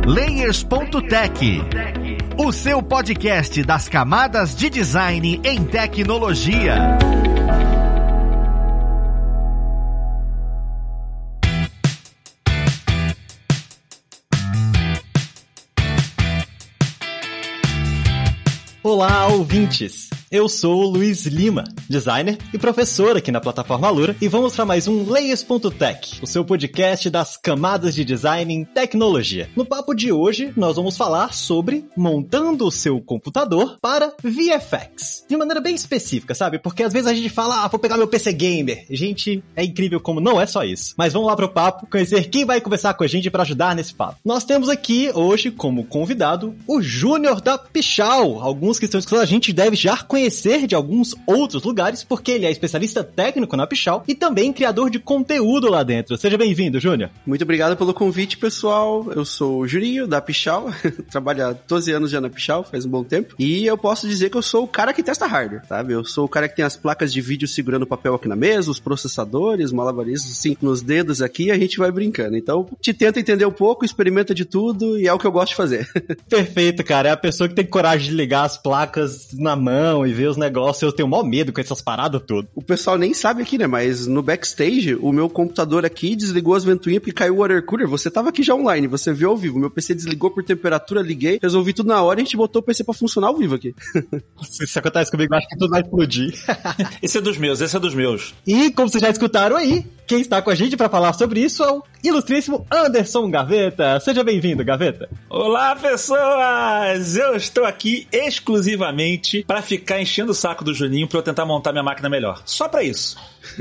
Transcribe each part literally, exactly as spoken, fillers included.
Layers ponto tech, o seu podcast das camadas de design em tecnologia. Olá, ouvintes! Eu sou o Luiz Lima, designer e professor aqui na plataforma Alura, e vamos para mais um Layers ponto tech, o seu podcast das camadas de design em tecnologia. No papo de hoje, nós vamos falar sobre montando o seu computador para V F X. De maneira bem específica, sabe? Porque às vezes a gente fala, ah, vou pegar meu P C Gamer. Gente, é incrível como não é só isso. Mas vamos lá pro papo, conhecer quem vai conversar com a gente para ajudar nesse papo. Nós temos aqui hoje como convidado o Júnior da Pichau. Alguns que estão escutando a gente deve já conhecer conhecer de alguns outros lugares, porque ele é especialista técnico na Pichau e também criador de conteúdo lá dentro. Seja bem-vindo, Júnior. Muito obrigado pelo convite, pessoal. Eu sou o Juninho, da Pichau. Trabalho há doze anos já na Pichau, faz um bom tempo. E eu posso dizer que eu sou o cara que testa hardware, sabe? Eu sou o cara que tem as placas de vídeo segurando o papel aqui na mesa, os processadores, malabaristas, assim, nos dedos aqui, e a gente vai brincando. Então, te tenta entender um pouco, experimenta de tudo, e é o que eu gosto de fazer. Perfeito, cara. É a pessoa que tem coragem de ligar as placas na mão e ver os negócios. Eu tenho maior medo com essas paradas todas. O pessoal nem sabe aqui, né? Mas no backstage, o meu computador aqui desligou as ventoinhas porque caiu o water cooler. Você tava aqui já online, você viu ao vivo. Meu P C desligou por temperatura, liguei, resolvi tudo na hora e a gente botou o P C pra funcionar ao vivo aqui. Se isso acontece comigo, eu acho que tudo vai explodir. Esse é dos meus, esse é dos meus. E como vocês já escutaram aí, quem está com a gente para falar sobre isso é o ilustríssimo Anderson Gaveta. Seja bem-vindo, Gaveta. Olá, pessoas! Eu estou aqui exclusivamente para ficar enchendo o saco do Juninho para eu tentar montar minha máquina melhor. Só para isso.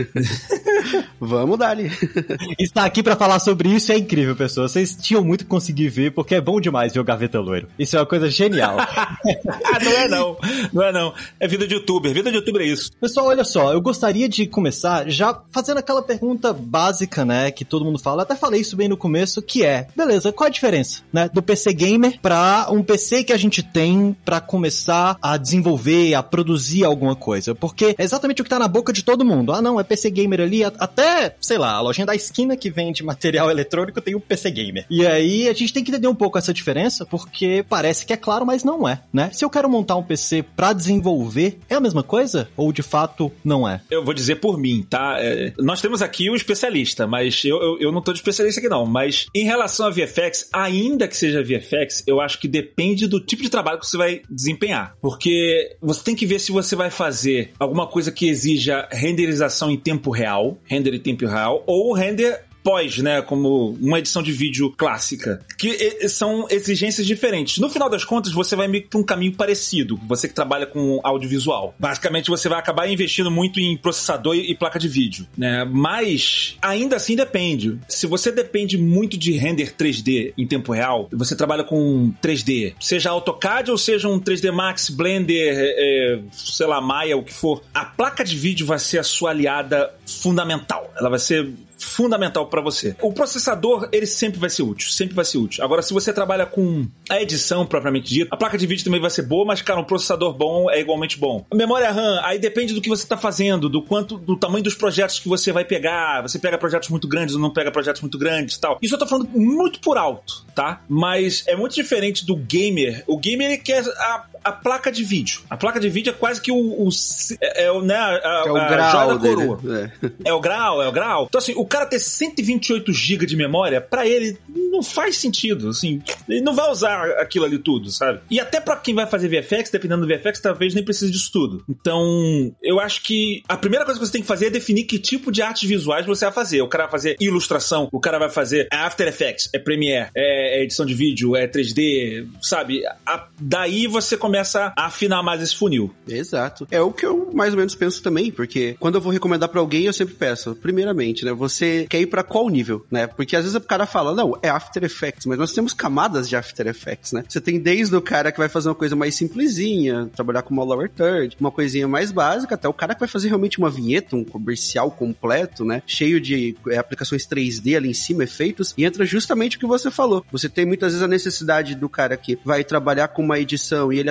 Vamos dar ali. Estar aqui pra falar sobre isso é incrível, pessoal. Vocês tinham muito que conseguir ver, porque é bom demais ver o Gaveta loiro. Isso é uma coisa genial. Ah, não é não. Não é não. É vida de youtuber. Vida de youtuber é isso. Pessoal, olha só. Eu gostaria de começar já fazendo aquela pergunta básica, né, que todo mundo fala. Eu até falei isso bem no começo, que é, beleza, qual a diferença, né, do P C Gamer pra um P C que a gente tem pra começar a desenvolver, a produzir alguma coisa? Porque é exatamente o que tá na boca de todo mundo. Ah, não, é P C Gamer ali, até, sei lá, a lojinha da esquina que vende material eletrônico tem o P C Gamer. E aí a gente tem que entender um pouco essa diferença, porque parece que é claro, mas não é, né? Se eu quero montar um P C pra desenvolver, é a mesma coisa? Ou de fato não é? Eu vou dizer por mim, tá? É, nós temos aqui o especialista, mas eu, eu, eu não tô de especialista aqui não, mas em relação a V F X, ainda que seja V F X, eu acho que depende do tipo de trabalho que você vai desempenhar, porque você tem que ver se você vai fazer alguma coisa que exija renderização em tempo real, render em tempo real, ou render pós, né, como uma edição de vídeo clássica, que são exigências diferentes. No final das contas, você vai meio que para um caminho parecido, você que trabalha com audiovisual. Basicamente, você vai acabar investindo muito em processador e placa de vídeo, né, mas ainda assim depende. Se você depende muito de render três D em tempo real, você trabalha com três D, seja AutoCAD ou seja um três D Max, Blender, é, sei lá, Maya, o que for, a placa de vídeo vai ser a sua aliada fundamental. Ela vai ser fundamental para você. O processador, ele sempre vai ser útil, sempre vai ser útil. Agora, se você trabalha com a edição propriamente dita, a placa de vídeo também vai ser boa, mas, cara, um processador bom é igualmente bom. A memória RAM, aí depende do que você tá fazendo, do quanto, do tamanho dos projetos que você vai pegar. Você pega projetos muito grandes ou não pega projetos muito grandes e tal. Isso eu tô falando muito por alto, tá? Mas é muito diferente do gamer. O gamer, ele quer a, a placa de vídeo. A placa de vídeo é quase que o... o é, é, né, a, é o a, grau a coroa. Dele. É. é o grau, é o grau. Então, assim, o cara ter cento e vinte e oito gigas de memória, pra ele não faz sentido, assim, ele não vai usar aquilo ali tudo, sabe? E até pra quem vai fazer V F X, dependendo do V F X, talvez nem precise disso tudo. Então, eu acho que a primeira coisa que você tem que fazer é definir que tipo de artes visuais você vai fazer. O cara vai fazer ilustração, o cara vai fazer After Effects, é Premiere, é edição de vídeo, é três D, sabe? A, daí você começa a afinar mais esse funil. Exato. É o que eu mais ou menos penso também, porque quando eu vou recomendar pra alguém, eu sempre peço, primeiramente, né, você quer ir pra qual nível, né? Porque às vezes o cara fala, não, é After Effects, mas nós temos camadas de After Effects, né? Você tem desde o cara que vai fazer uma coisa mais simplesinha, trabalhar com uma lower third, uma coisinha mais básica, até o cara que vai fazer realmente uma vinheta, um comercial completo, né? Cheio de é, aplicações três D ali em cima, efeitos, e entra justamente o que você falou. Você tem muitas vezes a necessidade do cara que vai trabalhar com uma edição e ele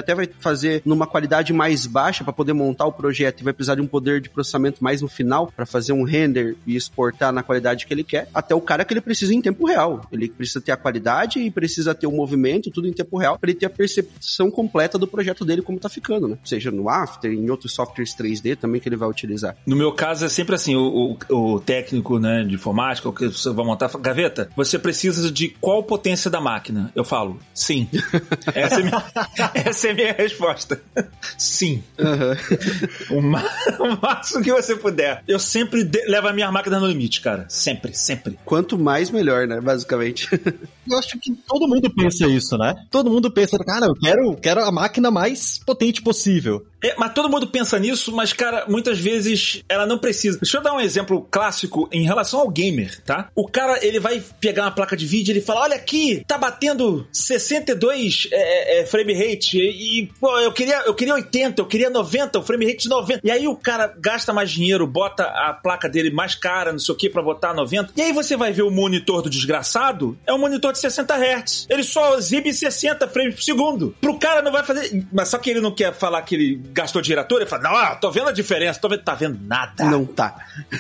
até vai fazer numa qualidade mais baixa para poder montar o projeto e vai precisar de um poder de processamento mais no final para fazer um render e exportar na qualidade que ele quer, até o cara que ele precisa em tempo real. Ele precisa ter a qualidade e precisa ter o movimento, tudo em tempo real, para ele ter a percepção completa do projeto dele como tá ficando, né? Seja no After, em outros softwares três D também que ele vai utilizar. No meu caso é sempre assim, o, o, o técnico, né, de informática, o que você vai montar, gaveta, você precisa de qual potência da máquina? Eu falo, sim. Essa é, minha, essa é a minha resposta. Sim. Uhum. O, ma- o máximo que você puder. Eu sempre de- levo a minha máquina no limite, cara. Sempre, sempre. Quanto mais, melhor, né? Basicamente. Eu acho que todo mundo pensa isso, né? Todo mundo pensa, cara, eu quero, quero a máquina mais potente possível. É, mas todo mundo pensa nisso, mas, cara, muitas vezes ela não precisa. Deixa eu dar um exemplo clássico em relação ao gamer, tá? O cara, ele vai pegar uma placa de vídeo e ele fala, olha aqui, tá batendo sessenta e dois é, é, frame rate e, e, pô, eu queria, eu queria oitenta, eu queria noventa, o frame rate de noventa. E aí o cara gasta mais dinheiro, bota a placa dele mais cara, não sei o que, pra botar noventa. E aí você vai ver o monitor do desgraçado, é um monitor de sessenta hertz. Ele só exibe sessenta frames por segundo. Pro cara não vai fazer... Mas só que ele não quer falar que ele gastou dinheiro à toa, ele fala, não, ah, tô vendo a diferença, tô vendo, tá vendo nada. Não tá.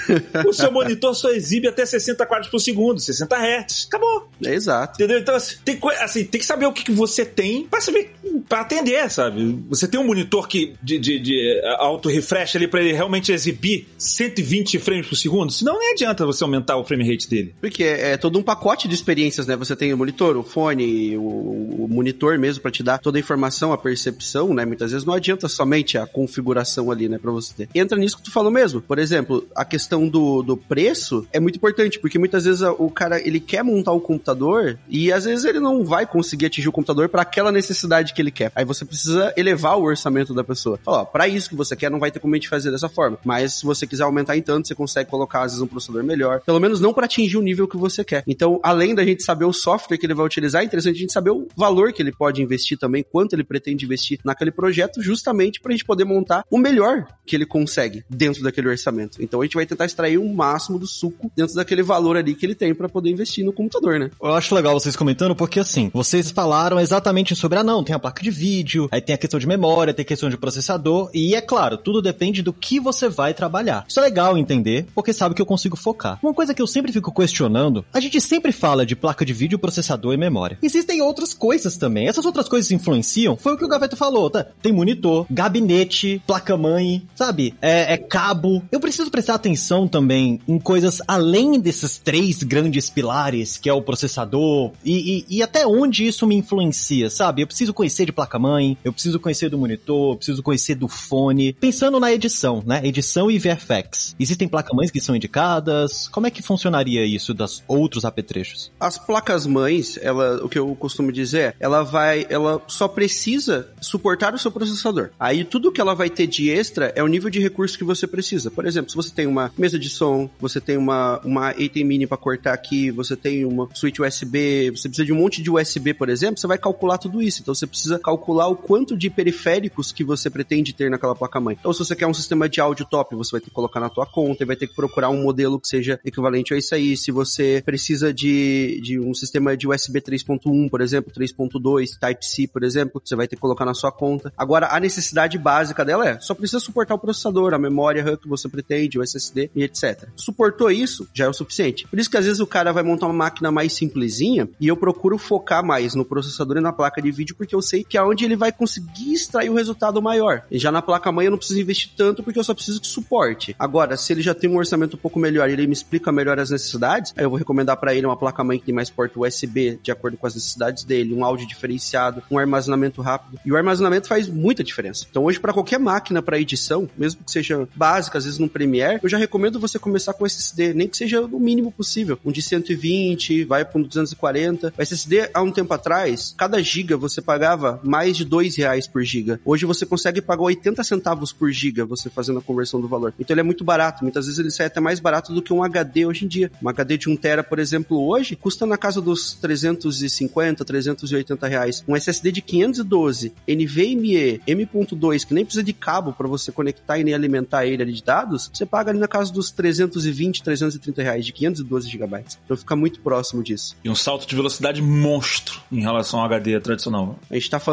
O seu monitor só exibe até sessenta quadros por segundo, sessenta hertz. Acabou. É exato. Entendeu? Então, assim, tem, assim, tem que saber o que, que você tem pra saber, pra atender, sabe? Você tem um monitor que, de, de, de auto refresh ali pra ele realmente exibir cento e vinte frames por segundo, senão nem adianta você aumentar o frame rate dele. Porque é, é todo um pacote de experiências, né? Você tem o monitor, o fone, o, o monitor mesmo pra te dar toda a informação, a percepção, né? Muitas vezes não adianta somente a configuração ali, né? Pra você ter. Entra nisso que tu falou mesmo. Por exemplo, a questão do, do preço é muito importante, porque muitas vezes o cara, ele quer montar o computador e às vezes ele não vai conseguir atingir o computador para aquela necessidade que ele quer. Aí você precisa elevar o orçamento da pessoa. Fala, ó, pra isso que você quer, não vai ter como a gente fazer dessa forma. Mas se você quiser aumentar em tanto, você consegue colocar, às vezes, um processador melhor. Pelo menos não para atingir o nível que você quer. Então, além da gente saber o software que ele vai utilizar, é interessante a gente saber o valor que ele pode investir também, quanto ele pretende investir naquele projeto, justamente pra gente poder montar o melhor que ele consegue dentro daquele orçamento. Então, a gente vai tentar extrair o máximo do suco dentro daquele valor ali que ele tem para poder investir no computador, né? Eu acho legal vocês comentando, porque assim, vocês falaram exatamente sobre, ah não, tem a placa de vídeo, aí tem a questão de memória, tem a questão de processador, e é claro, tudo depende do que você vai trabalhar. Isso é legal entender, porque sabe que eu consigo focar. Uma coisa que eu sempre fico questionando, a gente sempre fala de placa de vídeo, processador e memória. Existem outras coisas também. Essas outras coisas influenciam? Foi o que o Gaveta falou, tá? Tem monitor, gabinete, placa-mãe, sabe? É, é cabo. Eu preciso prestar atenção também em coisas além desses três grandes pilares, que é o processador, e, e, e até onde isso me influencia, sabe? Eu preciso conhecer de placa-mãe, eu preciso conhecer do monitor, eu preciso conhecer do fone. Pensando na edição, né? Edição e V F X. Existem placa-mães que são indicadas? Como é que funcionaria isso das outros apetrechos? As placas-mães, ela, o que eu costumo dizer, ela vai, ela só precisa suportar o seu processador. Aí tudo que ela vai ter de extra é o nível de recurso que você precisa. Por exemplo, se você tem uma mesa de som, você tem uma, uma A T mini para cortar aqui, você tem uma switch U S B, você precisa de um monte de U S B, por exemplo, você vai calcular tudo isso. Então você precisa calcular o quanto de periféricos que você pretende ter naquela placa-mãe. Então se você quer um sistema de áudio top, você vai ter que colocar na tua conta e vai ter que procurar um modelo que seja equivalente a isso aí. Se você precisa de, de um sistema de U S B três ponto um, por exemplo, três ponto dois, Type-C, por exemplo, você vai ter que colocar na sua conta. Agora, a necessidade básica dela é, só precisa suportar o processador, a memória RAM que você pretende, o S S D e etcétera. Suportou isso, já é o suficiente. Por isso que às vezes o cara vai montar uma máquina mais simplesinha e eu procuro focar mais no processador e na placa de vídeo porque eu sei que é onde ele vai conseguir extrair o resultado maior. E já na placa-mãe eu não preciso investir tanto porque eu só preciso de suporte. Agora, se ele já tem um orçamento um pouco melhor e ele me explica melhor as necessidades, aí eu vou recomendar para ele uma placa-mãe que tem mais porta U S B de acordo com as necessidades dele, um áudio diferenciado, um armazenamento rápido. E o armazenamento faz muita diferença. Então hoje, para qualquer máquina para edição, mesmo que seja básica, às vezes no Premiere, eu já recomendo você começar com S S D, nem que seja o mínimo possível. Um de cento e vinte, vai para um duzentos e quarenta. O S S D, há um tempo atrás, cada giga você pagava mais de dois reais por giga. Hoje você consegue pagar oitenta centavos por giga, você fazendo a conversão do valor. Então ele é muito barato. Muitas vezes ele sai até mais barato do que um H D hoje em dia. Um H D de um tera, por exemplo, hoje, custa na casa dos trezentos e cinquenta, trezentos e oitenta reais. Um S S D de quinhentos e doze, NVMe, M ponto dois, que nem precisa de cabo para você conectar e nem alimentar ele ali de dados, você paga ali na casa dos trezentos e vinte, trezentos e trinta reais, de quinhentos e doze gigabytes. Então fica muito próximo disso. E um salto de velocidade monstro em relação ao H D tradicional. A gente tá falando de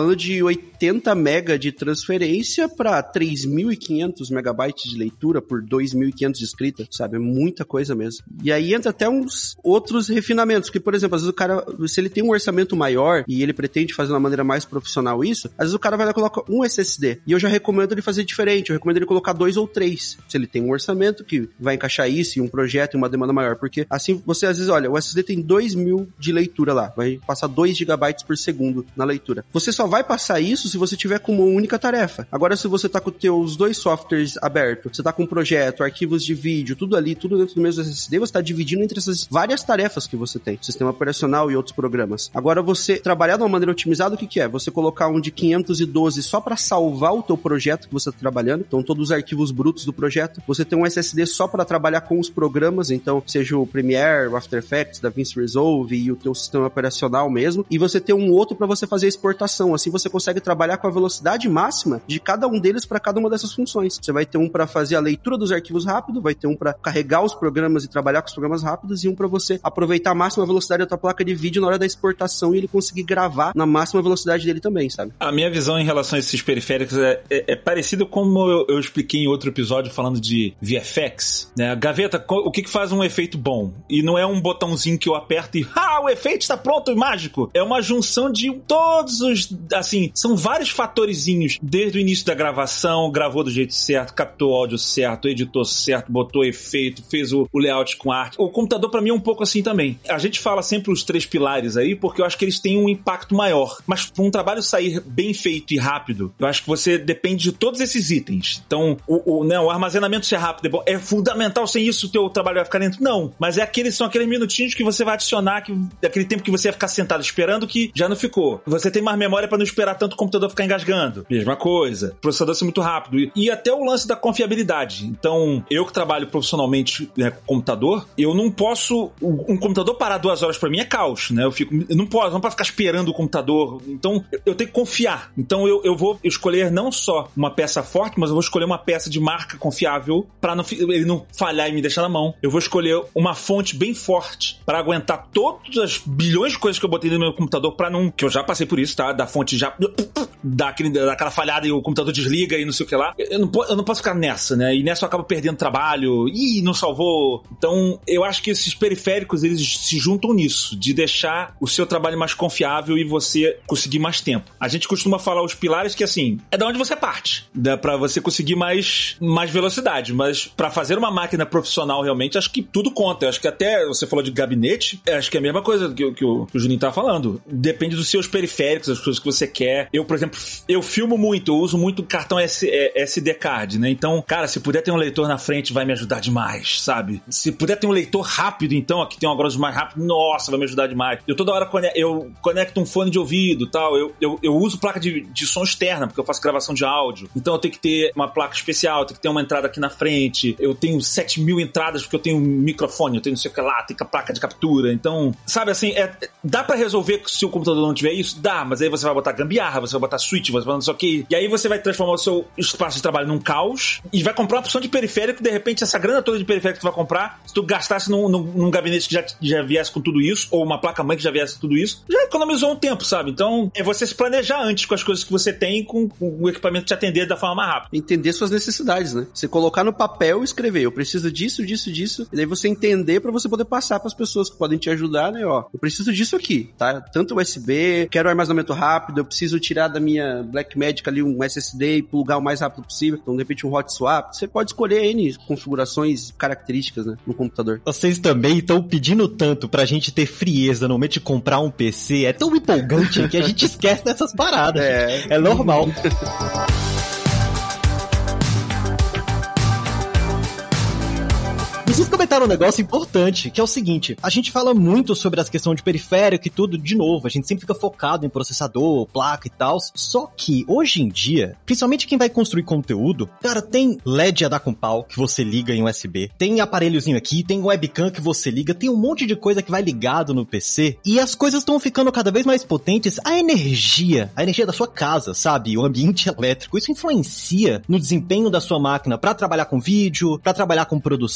oitenta mega de transferência para três mil e quinhentos megabytes de leitura por dois mil e quinhentos de escrita, sabe? É muita coisa mesmo. E aí entra até uns outros refinamentos, porque, por exemplo, às vezes o cara, se ele tem um orçamento maior e ele pretende fazer de uma maneira mais profissional isso, às vezes o cara vai lá e coloca um S S D. E eu já recomendo ele fazer diferente, eu recomendo ele colocar dois ou três, se ele tem um orçamento que vai encaixar isso em um projeto, em uma demanda maior, porque assim você às vezes, olha, o S S D tem dois mil de leitura lá, vai passar dois gigabytes por segundo na leitura. Você só vai passar isso se você tiver com uma única tarefa. Agora, se você tá com os teus dois softwares abertos, você tá com um projeto, arquivos de vídeo, tudo ali, tudo dentro do mesmo S S D, você tá dividindo entre essas várias tarefas que você tem, sistema operacional e outros programas. Agora, você trabalhar de uma maneira otimizada, o que que é? Você colocar um de quinhentos e doze só para salvar o teu projeto que você tá trabalhando, então todos os arquivos brutos do projeto. Você tem um S S D só para trabalhar com os programas, então seja o Premiere, o After Effects, DaVinci Resolve e o teu sistema operacional mesmo, e você tem um outro para você fazer a exportação. Assim você consegue trabalhar com a velocidade máxima de cada um deles para cada uma dessas funções. Você vai ter um para fazer a leitura dos arquivos rápido, vai ter um para carregar os programas e trabalhar com os programas rápidos, e um para você aproveitar a máxima velocidade da tua placa de vídeo na hora da exportação e ele conseguir gravar na máxima velocidade dele também, sabe? A minha visão em relação a esses periféricos é, é, é parecido como eu, eu expliquei em outro episódio falando de V F X, né? Gaveta, o que que faz um efeito bom? E não é um botãozinho que eu aperto e ah, o efeito está pronto e mágico. É uma junção de todos os, assim, são vários fatorezinhos, desde o início da gravação, gravou do jeito certo, captou o áudio certo, editou certo, botou efeito, fez o, o layout com arte. O computador pra mim é um pouco assim também. A gente fala sempre os três pilares aí, porque eu acho que eles têm um impacto maior. Mas pra um trabalho sair bem feito e rápido, eu acho que você depende de todos esses itens. Então, o, o, né, o armazenamento ser rápido é, bom, é fundamental, sem isso o teu trabalho vai ficar lento. Não, mas é aqueles, são aqueles minutinhos que você vai adicionar, que, aquele tempo que você vai ficar sentado esperando que já não ficou. Você tem mais memória pra não esperar tanto o computador ficar engasgando. Mesma coisa. O processador ser muito rápido. E, e até o lance da confiabilidade. Então, eu que trabalho profissionalmente, né, com computador, eu não posso... Um computador parar duas horas pra mim é caos, né? Eu fico... Eu não posso, não posso ficar esperando o computador. Então, eu, eu tenho que confiar. Então, eu, eu vou escolher não só uma peça forte, mas eu vou escolher uma peça de marca confiável pra não, ele não falhar e me deixar na mão. Eu vou escolher uma fonte bem forte pra aguentar todas as bilhões de coisas que eu botei no meu computador pra não... Que eu já passei por isso, tá? Da fonte já... Dá, aquele, dá aquela falhada e o computador desliga e não sei o que lá. Eu não, eu não posso ficar nessa, né? E nessa eu acabo perdendo trabalho. Ih, não salvou. Então, eu acho que esses periféricos, eles se juntam nisso, de deixar o seu trabalho mais confiável e você conseguir mais tempo. A gente costuma falar os pilares que, assim, é da onde você parte. Dá pra você conseguir mais, mais velocidade. Mas pra fazer uma máquina profissional, realmente, acho que tudo conta. Eu acho que até, você falou de gabinete, acho que é a mesma coisa que, que, o, que o Juninho tá falando. Depende dos seus periféricos, das coisas que você quer. Eu, por exemplo, eu filmo muito, eu uso muito cartão S, é, S D card, né? Então, cara, se puder ter um leitor na frente, vai me ajudar demais, sabe? Se puder ter um leitor rápido, então, aqui tem um grosso mais rápido, nossa, vai me ajudar demais. Eu toda hora conecto, eu conecto um fone de ouvido e tal, eu, eu, eu uso placa de, de som externa, porque eu faço gravação de áudio. Então eu tenho que ter uma placa especial, tenho que ter uma entrada aqui na frente, eu tenho sete mil entradas porque eu tenho um microfone, eu tenho não sei o que lá, tenho a placa de captura. Então, sabe assim, é, dá pra resolver se o computador não tiver isso? Dá, mas aí você vai botar gambiarra, você vai botar switch, você vai não sei o que, e aí você vai transformar o seu espaço de trabalho num caos e vai comprar uma opção de periférico, de repente essa grana toda de periférico que tu vai comprar, se tu gastasse num, num, num gabinete que já, já viesse com tudo isso, ou uma placa-mãe que já viesse com tudo isso, já economizou um tempo, sabe? Então, é você se planejar antes com as coisas que você tem, com, com o equipamento te atender da forma mais rápida. Entender suas necessidades, né? Você colocar no papel e escrever, eu preciso disso, disso, disso, e daí você entender pra você poder passar pras pessoas que podem te ajudar, né? Ó, eu preciso disso aqui, tá? Tanto U S B, quero armazenamento rápido, eu preciso tirar da minha Blackmagic ali um S S D e plugar o mais rápido possível, então de repente um hot swap, você pode escolher N configurações, características, né? No computador. Vocês também estão pedindo tanto pra gente ter frieza no momento de comprar um P C, é tão empolgante que a gente esquece dessas paradas. É, é normal. Vocês comentaram um negócio importante, que é o seguinte, a gente fala muito sobre as questões de periférico e tudo, de novo, a gente sempre fica focado em processador, placa e tal, só que hoje em dia, principalmente quem vai construir conteúdo, cara, tem L E D a dar com pau que você liga em U S B, tem aparelhozinho aqui, tem webcam que você liga, tem um monte de coisa que vai ligado no P C, e as coisas estão ficando cada vez mais potentes, a energia, a energia da sua casa, sabe, o ambiente elétrico, isso influencia no desempenho da sua máquina pra trabalhar com vídeo, pra trabalhar com produção. Você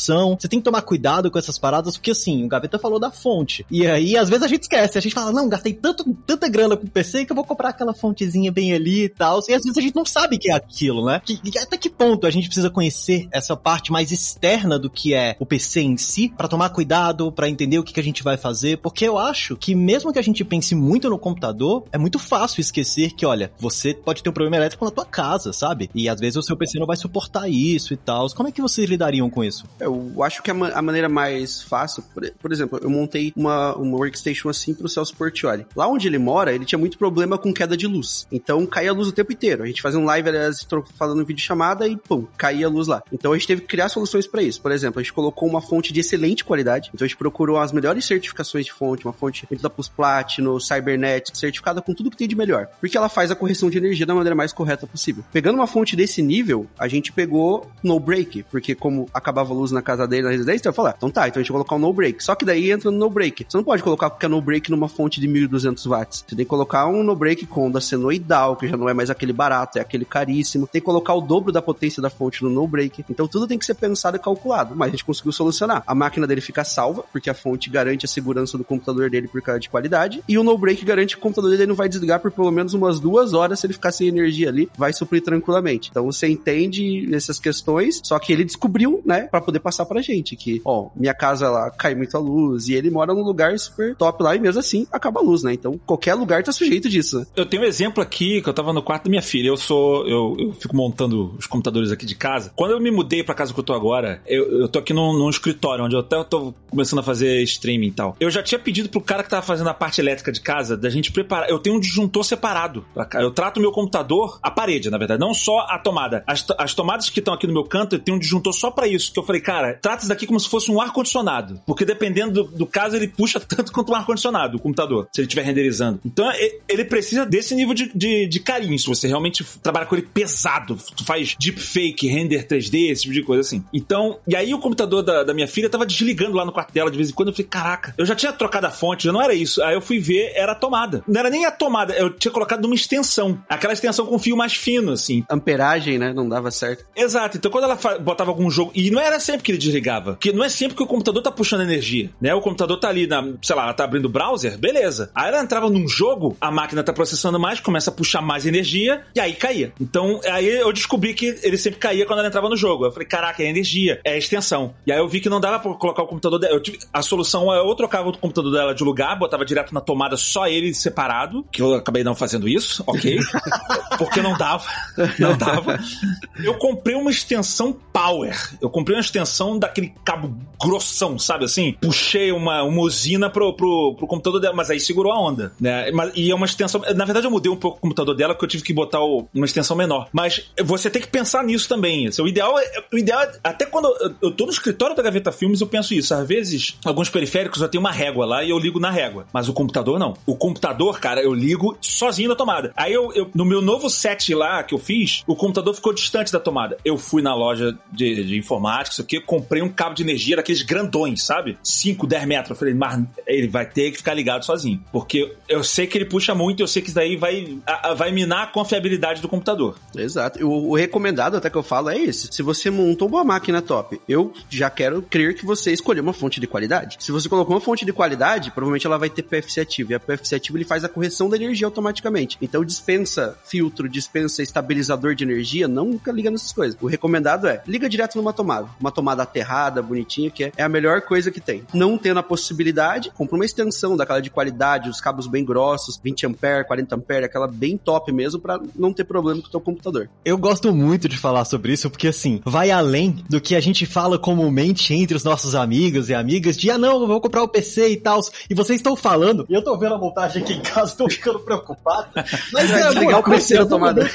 você tem que tomar cuidado com essas paradas, porque assim, o Gaveta falou da fonte. E aí, às vezes a gente esquece, a gente fala, não, gastei tanto, tanta grana com o P C que eu vou comprar aquela fontezinha bem ali e tal. E às vezes a gente não sabe que é aquilo, né? Que, que, até que ponto a gente precisa conhecer essa parte mais externa do que é o P C em si, pra tomar cuidado, pra entender o que, que a gente vai fazer, porque eu acho que mesmo que a gente pense muito no computador, é muito fácil esquecer que, olha, você pode ter um problema elétrico na tua casa, sabe? E às vezes o seu P C não vai suportar isso e tal. Como é que vocês lidariam com isso? Eu acho que a, ma- a maneira mais fácil, por, por exemplo, eu montei uma, uma workstation assim pro Celso Portioli. Lá onde ele mora, ele tinha muito problema com queda de luz. Então caía a luz o tempo inteiro. A gente fazia um live, aliás, falando em videochamada e pum, caía a luz lá. Então a gente teve que criar soluções pra isso. Por exemplo, a gente colocou uma fonte de excelente qualidade. Então a gente procurou as melhores certificações de fonte, uma fonte dentro da Plus Platinum, Cybernet, certificada com tudo que tem de melhor. Porque ela faz a correção de energia da maneira mais correta possível. Pegando uma fonte desse nível, a gente pegou no break, porque como acabava a luz na casa dele, na residência, eu falei, ah, então tá, então a gente vai colocar um no break. Só que daí entra no no break. Você não pode colocar qualquer no break numa fonte de mil e duzentos watts. Você tem que colocar um no break com da senoidal, que já não é mais aquele barato, é aquele caríssimo. Tem que colocar o dobro da potência da fonte no no break. Então tudo tem que ser pensado e calculado, mas a gente conseguiu solucionar. A máquina dele fica salva, porque a fonte garante a segurança do computador dele por causa de qualidade, e o no break garante que o computador dele não vai desligar por pelo menos umas duas horas. Se ele ficar sem energia ali, vai suprir tranquilamente. Então você entende essas questões, só que ele descobriu, né, pra poder passar pra gente, que, ó, minha casa lá cai muito a luz, e ele mora num lugar super top lá, e mesmo assim acaba a luz, né? Então qualquer lugar tá sujeito disso. Eu tenho um exemplo aqui, que eu tava no quarto da minha filha. Eu sou, eu, eu fico montando os computadores aqui de casa. Quando eu me mudei pra casa que eu tô agora, eu, eu tô aqui num, num escritório, onde eu até tô começando a fazer streaming e tal. Eu já tinha pedido pro cara que tava fazendo a parte elétrica de casa, da gente preparar. Eu tenho um disjuntor separado pra cá. Eu trato o meu computador, a parede, na verdade, não só a tomada. As, as tomadas que estão aqui no meu canto, eu tenho um disjuntor só pra isso. Que eu falei, cara, trata isso daqui como se fosse um ar-condicionado. Porque dependendo do, do caso, ele puxa tanto quanto um ar-condicionado, o computador, se ele estiver renderizando. Então, ele precisa desse nível de, de, de carinho, se você realmente trabalha com ele pesado. Tu faz deepfake, render três D, esse tipo de coisa assim. Então, e aí o computador da, da minha filha tava desligando lá no quarto dela de vez em quando. Eu falei, caraca, eu já tinha trocado a fonte, já não era isso. Aí eu fui ver, era a tomada. Não era nem a tomada, eu tinha colocado numa extensão. Aquela extensão com fio mais fino, assim. Amperagem, né? Não dava certo. Exato. Então, quando ela fa- botava algum jogo... E não era sempre que ele desligava. Porque não é sempre que o computador tá puxando energia, né? O computador tá ali, na, sei lá, ela tá abrindo o browser, beleza. Aí ela entrava num jogo, a máquina tá processando mais, começa a puxar mais energia, e aí caía. Então, aí eu descobri que ele sempre caía quando ela entrava no jogo. Eu falei, caraca, é energia, é a extensão. E aí eu vi que não dava pra colocar o computador dela. Eu tive... A solução é eu trocava o computador dela de lugar, botava direto na tomada só ele separado, que eu acabei não fazendo isso, ok? Porque não dava. Não dava. Eu comprei uma extensão Power. Eu comprei uma extensão daquele cabo grossão, sabe assim? Puxei uma, uma usina pro, pro, pro computador dela, mas aí segurou a onda, né? Mas, e é uma extensão... Na verdade, eu mudei um pouco o computador dela, porque eu tive que botar o, uma extensão menor. Mas você tem que pensar nisso também. Assim, o ideal é... O ideal é, até quando eu, eu tô no escritório da Gaveta Filmes, eu penso isso. Às vezes, alguns periféricos já tem uma régua lá e eu ligo na régua. Mas o computador, não. O computador, cara, eu ligo sozinho na tomada. Aí, eu, eu no meu novo set lá que eu fiz, o computador ficou distante da tomada. Eu fui na loja de, de informática, isso aqui, comprei um cabo de energia daqueles grandões, sabe? cinco, dez metros. Eu falei, mas ele vai ter que ficar ligado sozinho. Porque eu sei que ele puxa muito, eu sei que isso daí vai, a, vai minar a confiabilidade do computador. Exato. O, o recomendado, até que eu falo, é esse. Se você montou uma máquina top, eu já quero crer que você escolheu uma fonte de qualidade. Se você colocou uma fonte de qualidade, provavelmente ela vai ter P F C ativo. E a P F C ativo, ele faz a correção da energia automaticamente. Então, dispensa filtro, dispensa estabilizador de energia, nunca liga nessas coisas. O recomendado é, liga direto numa tomada. Uma tomada aterrada, bonitinha, que é, é a melhor coisa que tem. Não tendo a possibilidade, compra uma extensão daquela de qualidade, os cabos bem grossos, vinte amperes, quarenta amperes, aquela bem top mesmo, pra não ter problema com o teu computador. Eu gosto muito de falar sobre isso, porque assim, vai além do que a gente fala comumente entre os nossos amigos e amigas, de, ah não, eu vou comprar o P C e tal, e vocês estão falando, e eu tô vendo a montagem aqui em casa, tô ficando preocupado, mas é, desligar o P C na tomada.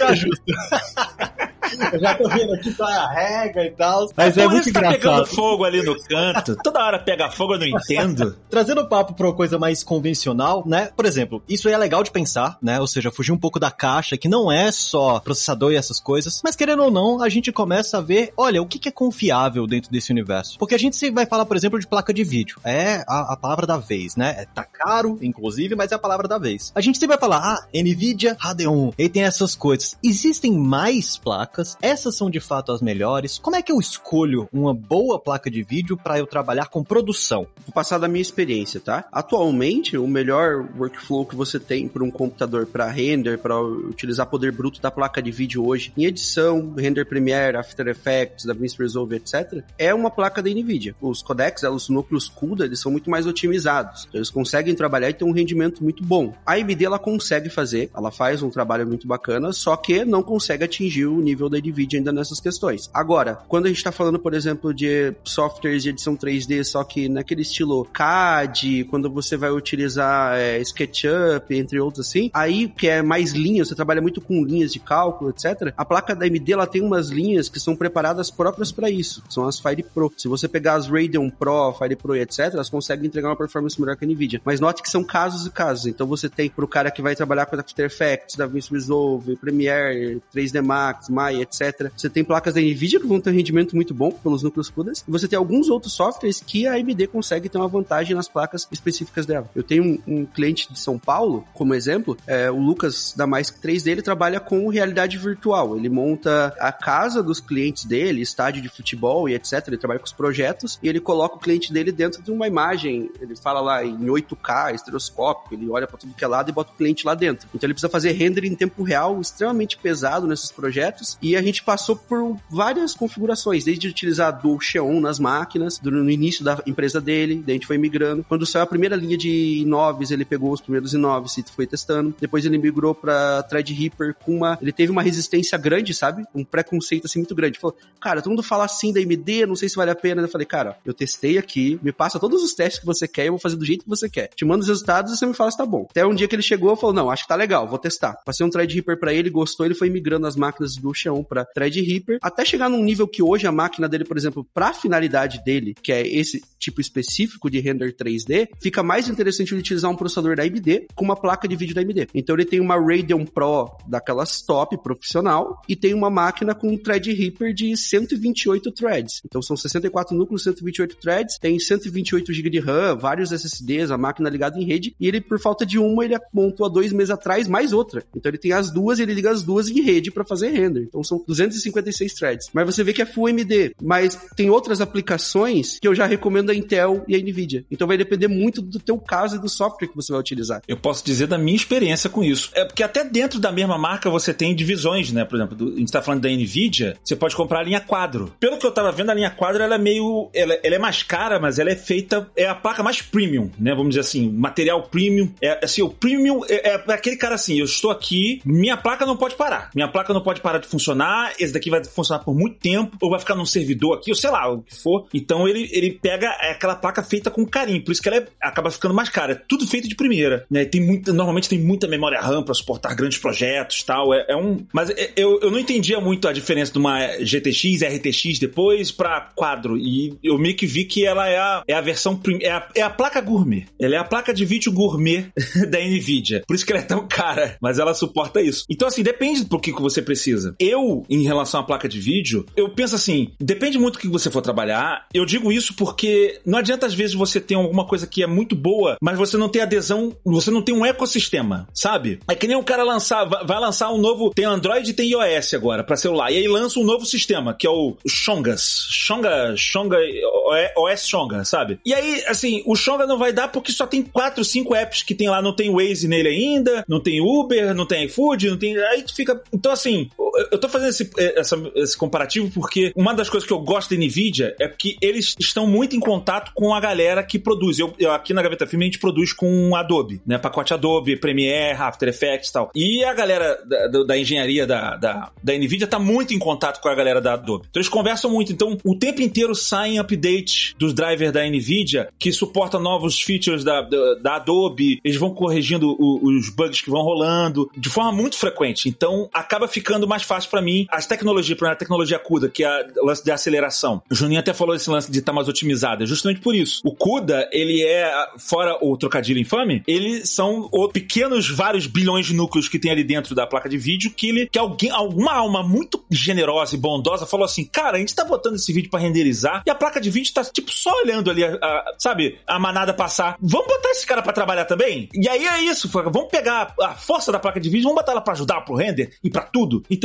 Eu já tô vendo aqui, tá a rega e tal. Mas é, é muito engraçado. Tá pegando fogo ali no canto. Toda hora pega fogo, eu não entendo. Trazendo o papo pra uma coisa mais convencional, né? Por exemplo, isso aí é legal de pensar, né? Ou seja, fugir um pouco da caixa, que não é só processador e essas coisas. Mas querendo ou não, a gente começa a ver, olha, o que, que é confiável dentro desse universo. Porque a gente vai falar, por exemplo, de placa de vídeo. É a, a palavra da vez, né? É, tá caro, inclusive, mas é a palavra da vez. A gente sempre vai falar, ah, NVIDIA Radeon. E tem essas coisas. Existem mais placas placas? Essas são de fato as melhores? Como é que eu escolho uma boa placa de vídeo para eu trabalhar com produção? Vou passar da minha experiência, tá? Atualmente, o melhor workflow que você tem para um computador para render, para utilizar poder bruto da placa de vídeo hoje, em edição, render Premiere, After Effects, DaVinci Resolve, etcétera, é uma placa da NVIDIA. Os codecs, os núcleos CUDA, eles são muito mais otimizados. Eles conseguem trabalhar e ter um rendimento muito bom. A A M D, ela consegue fazer, ela faz um trabalho muito bacana, só que não consegue atingir o nível da NVIDIA ainda nessas questões. Agora, quando a gente tá falando, por exemplo, de softwares de edição três D, só que naquele estilo C A D, quando você vai utilizar é, SketchUp, entre outros assim, aí que é mais linha, você trabalha muito com linhas de cálculo, etcétera. A placa da A M D, ela tem umas linhas que são preparadas próprias para isso, são as Fire Pro. Se você pegar as Radeon Pro, Fire Pro e etcétera, elas conseguem entregar uma performance melhor que a NVIDIA. Mas note que são casos e casos, então você tem pro cara que vai trabalhar com After Effects, DaVinci Resolve, Premiere, três D Max, Maya, etcétera. Você tem placas da NVIDIA que vão ter um rendimento muito bom pelos núcleos CUDA, e você tem alguns outros softwares que a A M D consegue ter uma vantagem nas placas específicas dela. Eu tenho um, um cliente de São Paulo, como exemplo, é, o Lucas da Mais três D, ele trabalha com realidade virtual. Ele monta a casa dos clientes dele, estádio de futebol e etcétera. Ele trabalha com os projetos e ele coloca o cliente dele dentro de uma imagem, ele fala lá em oito K, estereoscópico, ele olha pra tudo que é lado e bota o cliente lá dentro. Então ele precisa fazer render em tempo real extremamente pesado nesses projetos, e a gente passou por várias configurações, desde utilizar Dual Xeon nas máquinas, no início da empresa dele, daí a gente foi migrando. Quando saiu a primeira linha de i nove, ele pegou os primeiros i nove e foi testando. Depois ele migrou pra Threadripper com uma... Ele teve uma resistência grande, sabe? Um preconceito assim muito grande. Falou, cara, todo mundo fala assim da A M D, não sei se vale a pena. Eu falei, cara, eu testei aqui, me passa todos os testes que você quer, eu vou fazer do jeito que você quer. Te mando os resultados e você me fala se tá bom. Até um dia que ele chegou e falou, não, acho que tá legal, vou testar. Passei um Threadripper pra ele, gostou, ele foi migrando as máquinas do Xeon pra Threadripper, até chegar num nível que hoje a máquina dele, por exemplo, pra finalidade dele, que é esse tipo específico de render três D, fica mais interessante ele utilizar um processador da A M D com uma placa de vídeo da A M D. Então ele tem uma Radeon Pro daquelas top, profissional, e tem uma máquina com um Threadripper de cento e vinte e oito threads. Então são sessenta e quatro núcleos, cento e vinte e oito threads, tem cento e vinte e oito gigabytes de RAM, vários S S Ds, a máquina ligada em rede, e ele, por falta de uma, ele montou há dois meses atrás mais outra. Então ele tem as duas e ele liga as duas em rede para fazer render. Então são duzentos e cinquenta e seis threads. Mas você vê que é Full A M D. Mas tem outras aplicações que eu já recomendo a Intel e a NVIDIA. Então vai depender muito do teu caso e do software que você vai utilizar. Eu posso dizer da minha experiência com isso. É porque até dentro da mesma marca você tem divisões, né? Por exemplo, do, a gente tá falando da NVIDIA, você pode comprar a linha Quadro. Pelo que eu tava vendo, a linha Quadro, ela é meio... Ela, ela é mais cara, mas ela é feita... É a placa mais premium, né? Vamos dizer assim, material premium. É assim, o premium é, é aquele cara assim, eu estou aqui, minha placa não pode parar. Minha placa não pode parar de funcionar, esse daqui vai funcionar por muito tempo, ou vai ficar num servidor aqui, ou sei lá, o que for. Então ele, ele pega aquela placa feita com carinho, por isso que ela é, acaba ficando mais cara. É tudo feito de primeira, né? Tem muita, normalmente tem muita memória RAM para suportar grandes projetos e tal. É, é um... Mas eu, eu não entendia muito a diferença de uma G T X, R T X depois pra Quadro. E eu meio que vi que ela é a, é a versão... Prim... É, a, é a placa gourmet. Ela é a placa de vídeo gourmet da NVIDIA. Por isso que ela é tão cara, mas ela suporta isso. Então, assim, depende do que você precisa. Eu, em relação à placa de vídeo, eu penso assim, depende muito do que você for trabalhar. Eu digo isso porque não adianta, às vezes, você ter alguma coisa que é muito boa, mas você não tem adesão, você não tem um ecossistema, sabe? É que nem um cara lançar, vai lançar um novo, tem Android e tem iOS agora pra celular, e aí lança um novo sistema, que é o Chongas. Chonga, Chonga, O S Chonga, sabe? E aí, assim, o Chonga não vai dar porque só tem quatro, cinco apps que tem lá, não tem Waze nele ainda, não tem Uber, não tem iFood, não tem... Aí tu fica... Então, assim, eu tô fazendo esse, essa, esse comparativo porque uma das coisas que eu gosto da NVIDIA é que eles estão muito em contato com a galera que produz. Eu, eu aqui na Gaveta Filme a gente produz com Adobe, né? Pacote Adobe, Premiere, After Effects e tal. E a galera da, da engenharia da, da, da NVIDIA tá muito em contato com a galera da Adobe. Então eles conversam muito. Então o tempo inteiro saem updates dos drivers da NVIDIA que suportam novos features da, da, da Adobe. Eles vão corrigindo o, os bugs que vão rolando de forma muito frequente. Então acaba ficando mais fácil pra mim. As tecnologias, por exemplo, a tecnologia CUDA, que é o lance de aceleração. O Juninho até falou esse lance de estar mais otimizada. Justamente por isso. O CUDA, ele é, fora o trocadilho infame, eles são os pequenos vários bilhões de núcleos que tem ali dentro da placa de vídeo que ele, que alguém, alguma alma muito generosa e bondosa falou assim, cara, a gente tá botando esse vídeo pra renderizar e a placa de vídeo tá, tipo, só olhando ali, a, a, sabe, a manada passar. Vamos botar esse cara pra trabalhar também? E aí é isso, vamos pegar a força da placa de vídeo, vamos botar ela pra ajudar pro render e pra tudo. Então ele pega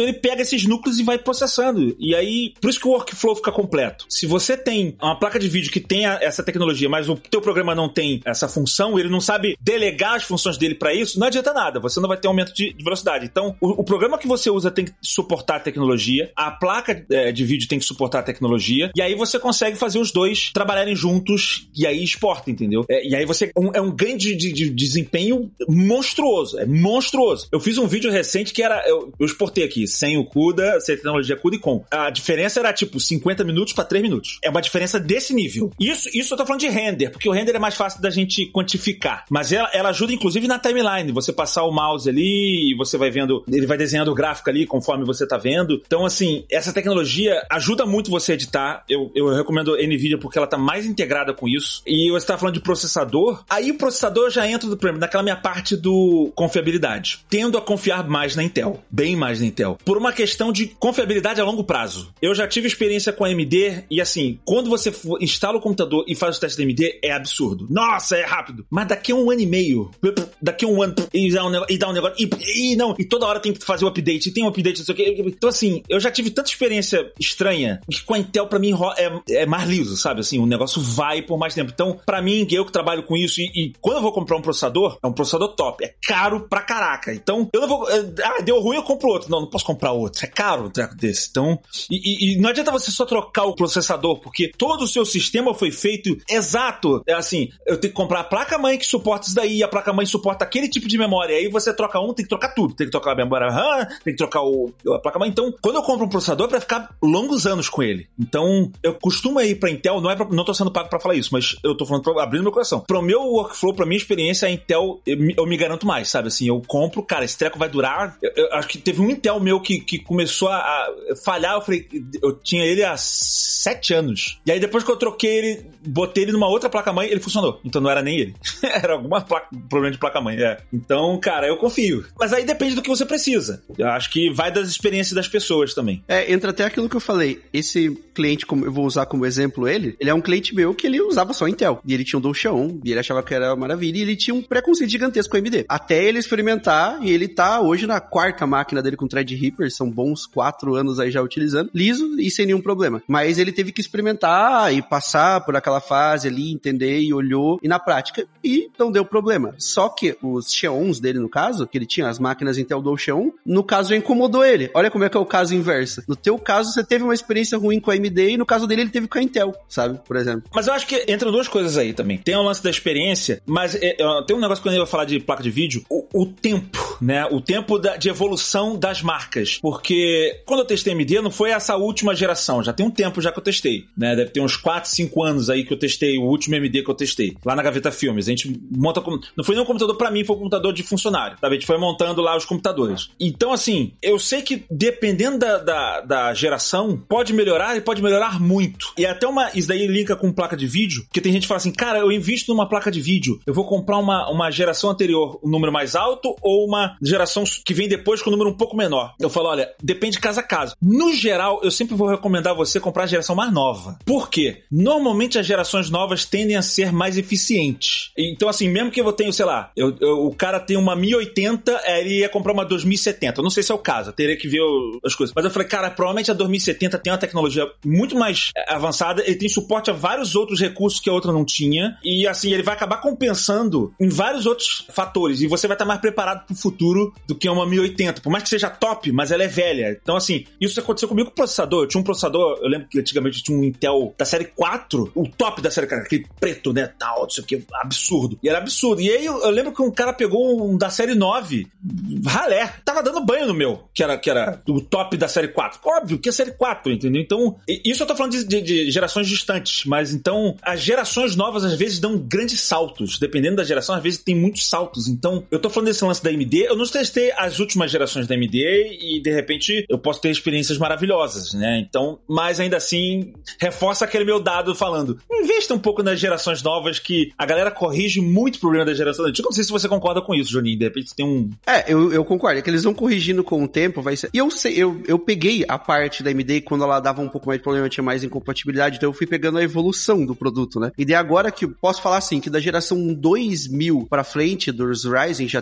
esses núcleos e vai processando. E aí, por isso que o workflow fica completo. Se você tem uma placa de vídeo que tem essa tecnologia, mas o teu programa não tem essa função, ele não sabe delegar as funções dele para isso, não adianta nada. Você não vai ter aumento de, de velocidade. Então, o, o programa que você usa tem que suportar a tecnologia, a placa é, de vídeo tem que suportar a tecnologia, e aí você consegue fazer os dois trabalharem juntos e aí exporta, entendeu? É, e aí você um, é um ganho de, de, de desempenho monstruoso. É monstruoso. Eu fiz um vídeo recente que era... Eu, eu exportei aqui, sem o CUDA, sem a tecnologia CUDA e com. A diferença era tipo cinquenta minutos para três minutos. É uma diferença desse nível. Isso, isso eu tô falando de render, porque o render é mais fácil da gente quantificar. Mas ela, ela ajuda inclusive na timeline. Você passar o mouse ali e você vai vendo, ele vai desenhando o gráfico ali conforme você tá vendo. Então, assim, essa tecnologia ajuda muito você a editar. Eu, eu recomendo a NVIDIA porque ela tá mais integrada com isso. E você tá falando de processador. Aí o processador já entra do, naquela minha parte do confiabilidade. Tendo a confiar mais na Intel. Bem mais na Intel. Por uma questão de confiabilidade a longo prazo. Eu já tive experiência com a A M D e assim, quando você instala o computador e faz o teste da A M D, é absurdo. Nossa, é rápido. Mas daqui a um ano e meio, daqui a um ano, e dá um negócio, e, dá um negócio, e, e não, e toda hora tem que fazer o update, e tem um update, não sei o que. Então assim, eu já tive tanta experiência estranha que com a Intel pra mim é, é mais liso, sabe? Assim, o negócio vai por mais tempo. Então, pra mim, eu que trabalho com isso, e, e quando eu vou comprar um processador, é um processador top, é caro pra caraca. Então, eu não vou, ah, deu ruim, eu compro outro. Não, não posso comprar outro. É caro um treco desse. Então, e, e, e não adianta você só trocar o processador, porque todo o seu sistema foi feito exato. É assim, eu tenho que comprar a placa-mãe que suporta isso daí, a placa-mãe suporta aquele tipo de memória. Aí você troca um, tem que trocar tudo. Tem que trocar a memória RAM, tem que trocar o, a placa-mãe. Então, quando eu compro um processador, é pra ficar longos anos com ele. Então, eu costumo ir pra Intel, não é pra, não tô sendo pago pra falar isso, mas eu tô falando pra, abrindo meu coração. Pro meu workflow, pra minha experiência, a Intel, eu, eu me garanto mais, sabe? Assim, eu compro, cara, esse treco vai durar. Eu, eu acho que teve um Intel meu que, que começou a, a falhar, eu falei, eu tinha ele há sete anos. E aí depois que eu troquei ele, botei ele numa outra placa-mãe, ele funcionou. Então não era nem ele. Era alguma placa, problema de placa-mãe, é. Então, cara, eu confio. Mas aí depende do que você precisa. Eu acho que vai das experiências das pessoas também. É, entra até aquilo que eu falei. Esse cliente, como eu vou usar como exemplo ele, ele é um cliente meu que ele usava só Intel. E ele tinha um Dual Xeon, e ele achava que era maravilha, e ele tinha um preconceito gigantesco com a A M D. Até ele experimentar, e ele tá hoje na quarta máquina dele com Threadripper, são bons quatro anos aí já utilizando, liso e sem nenhum problema. Mas ele teve que experimentar e passar por aquela fase ali, entender e olhou, e na prática, e não deu problema. Só que os Xeons dele, no caso, que ele tinha as máquinas Intel Dual Xeon, no caso já incomodou ele. Olha como é que é o caso inverso. No teu caso, você teve uma experiência ruim com a A M D, e no caso dele, ele teve com a Intel, sabe? Por exemplo. Mas eu acho que entram duas coisas aí também. Tem o lance da experiência, mas é, é, tem um negócio quando eu vou falar de placa de vídeo, o, o tempo, né? O tempo da, de evolução das marcas. Porque quando eu testei a A M D, não foi essa última geração. Já tem um tempo já que eu testei, né? Deve ter uns quatro, cinco anos aí que eu testei, o último A M D que eu testei. Lá na Gaveta Filmes. A gente monta... Não foi nem um computador pra mim, foi um computador de funcionário. Sabe? A gente foi montando lá os computadores. Então, assim, eu sei que dependendo da, da, da geração, pode melhorar e pode melhorar muito. E até uma... Isso daí linka com placa de vídeo, porque tem gente que fala assim, cara, eu invisto numa placa de vídeo, eu vou comprar uma, uma geração anterior, um número mais alto, ou uma geração que vem depois com um número um pouco menor. Eu falo, olha, depende caso a caso. No geral, eu sempre vou recomendar você comprar a geração mais nova. Por quê? Normalmente as gerações novas tendem a ser mais eficientes. Então, assim, mesmo que eu tenha, sei lá, eu, eu, o cara tem uma mil e oitenta, ele ia comprar uma dois mil e setenta. Eu não sei se é o caso, eu teria que ver o, as coisas. Mas eu falei, cara, provavelmente a dois mil e setenta tem uma tecnologia muito mais avançada, ele tem suporte a vários outros recursos que a outra não tinha, e assim, ele vai acabar compensando em vários outros fatores, e você vai estar mais preparado pro futuro do que uma mil e oitenta, por mais que seja top, mas ela é velha. Então, assim, isso aconteceu comigo com o processador. Eu tinha um processador, eu lembro que antigamente eu tinha um Intel da série quatro, o top da série, cara, aquele preto, né, tal, isso aqui, absurdo. E era absurdo. E aí eu, eu lembro que um cara pegou um da série nove, ralé, tava dando banho no meu, que era, que era o top da série quatro. Óbvio que é série quatro, entendeu? Então, isso eu tô falando de, de, de gerações distantes, mas então, as gerações novas às vezes dão grandes saltos, dependendo da geração, às vezes tem muitos saltos. Então, eu tô falando desse lance da A M D, eu não testei as últimas gerações da A M D e, de repente, eu posso ter experiências maravilhosas, né? Então, mas ainda assim, reforça aquele meu dado falando, investa um pouco nas gerações novas, que a galera corrige muito o problema da geração antiga. Eu não sei se você concorda com isso, Joninho, de repente tem um... É, eu, eu concordo, é que eles vão corrigindo com o tempo, vai ser... E eu sei, eu, eu peguei a parte da A M D quando ela dava um pouco mais de problema, tinha mais incompatibilidade, então eu fui pegando a evolução do produto, né? E daí agora que eu posso falar assim, que da geração dois mil pra frente dos Ryzen já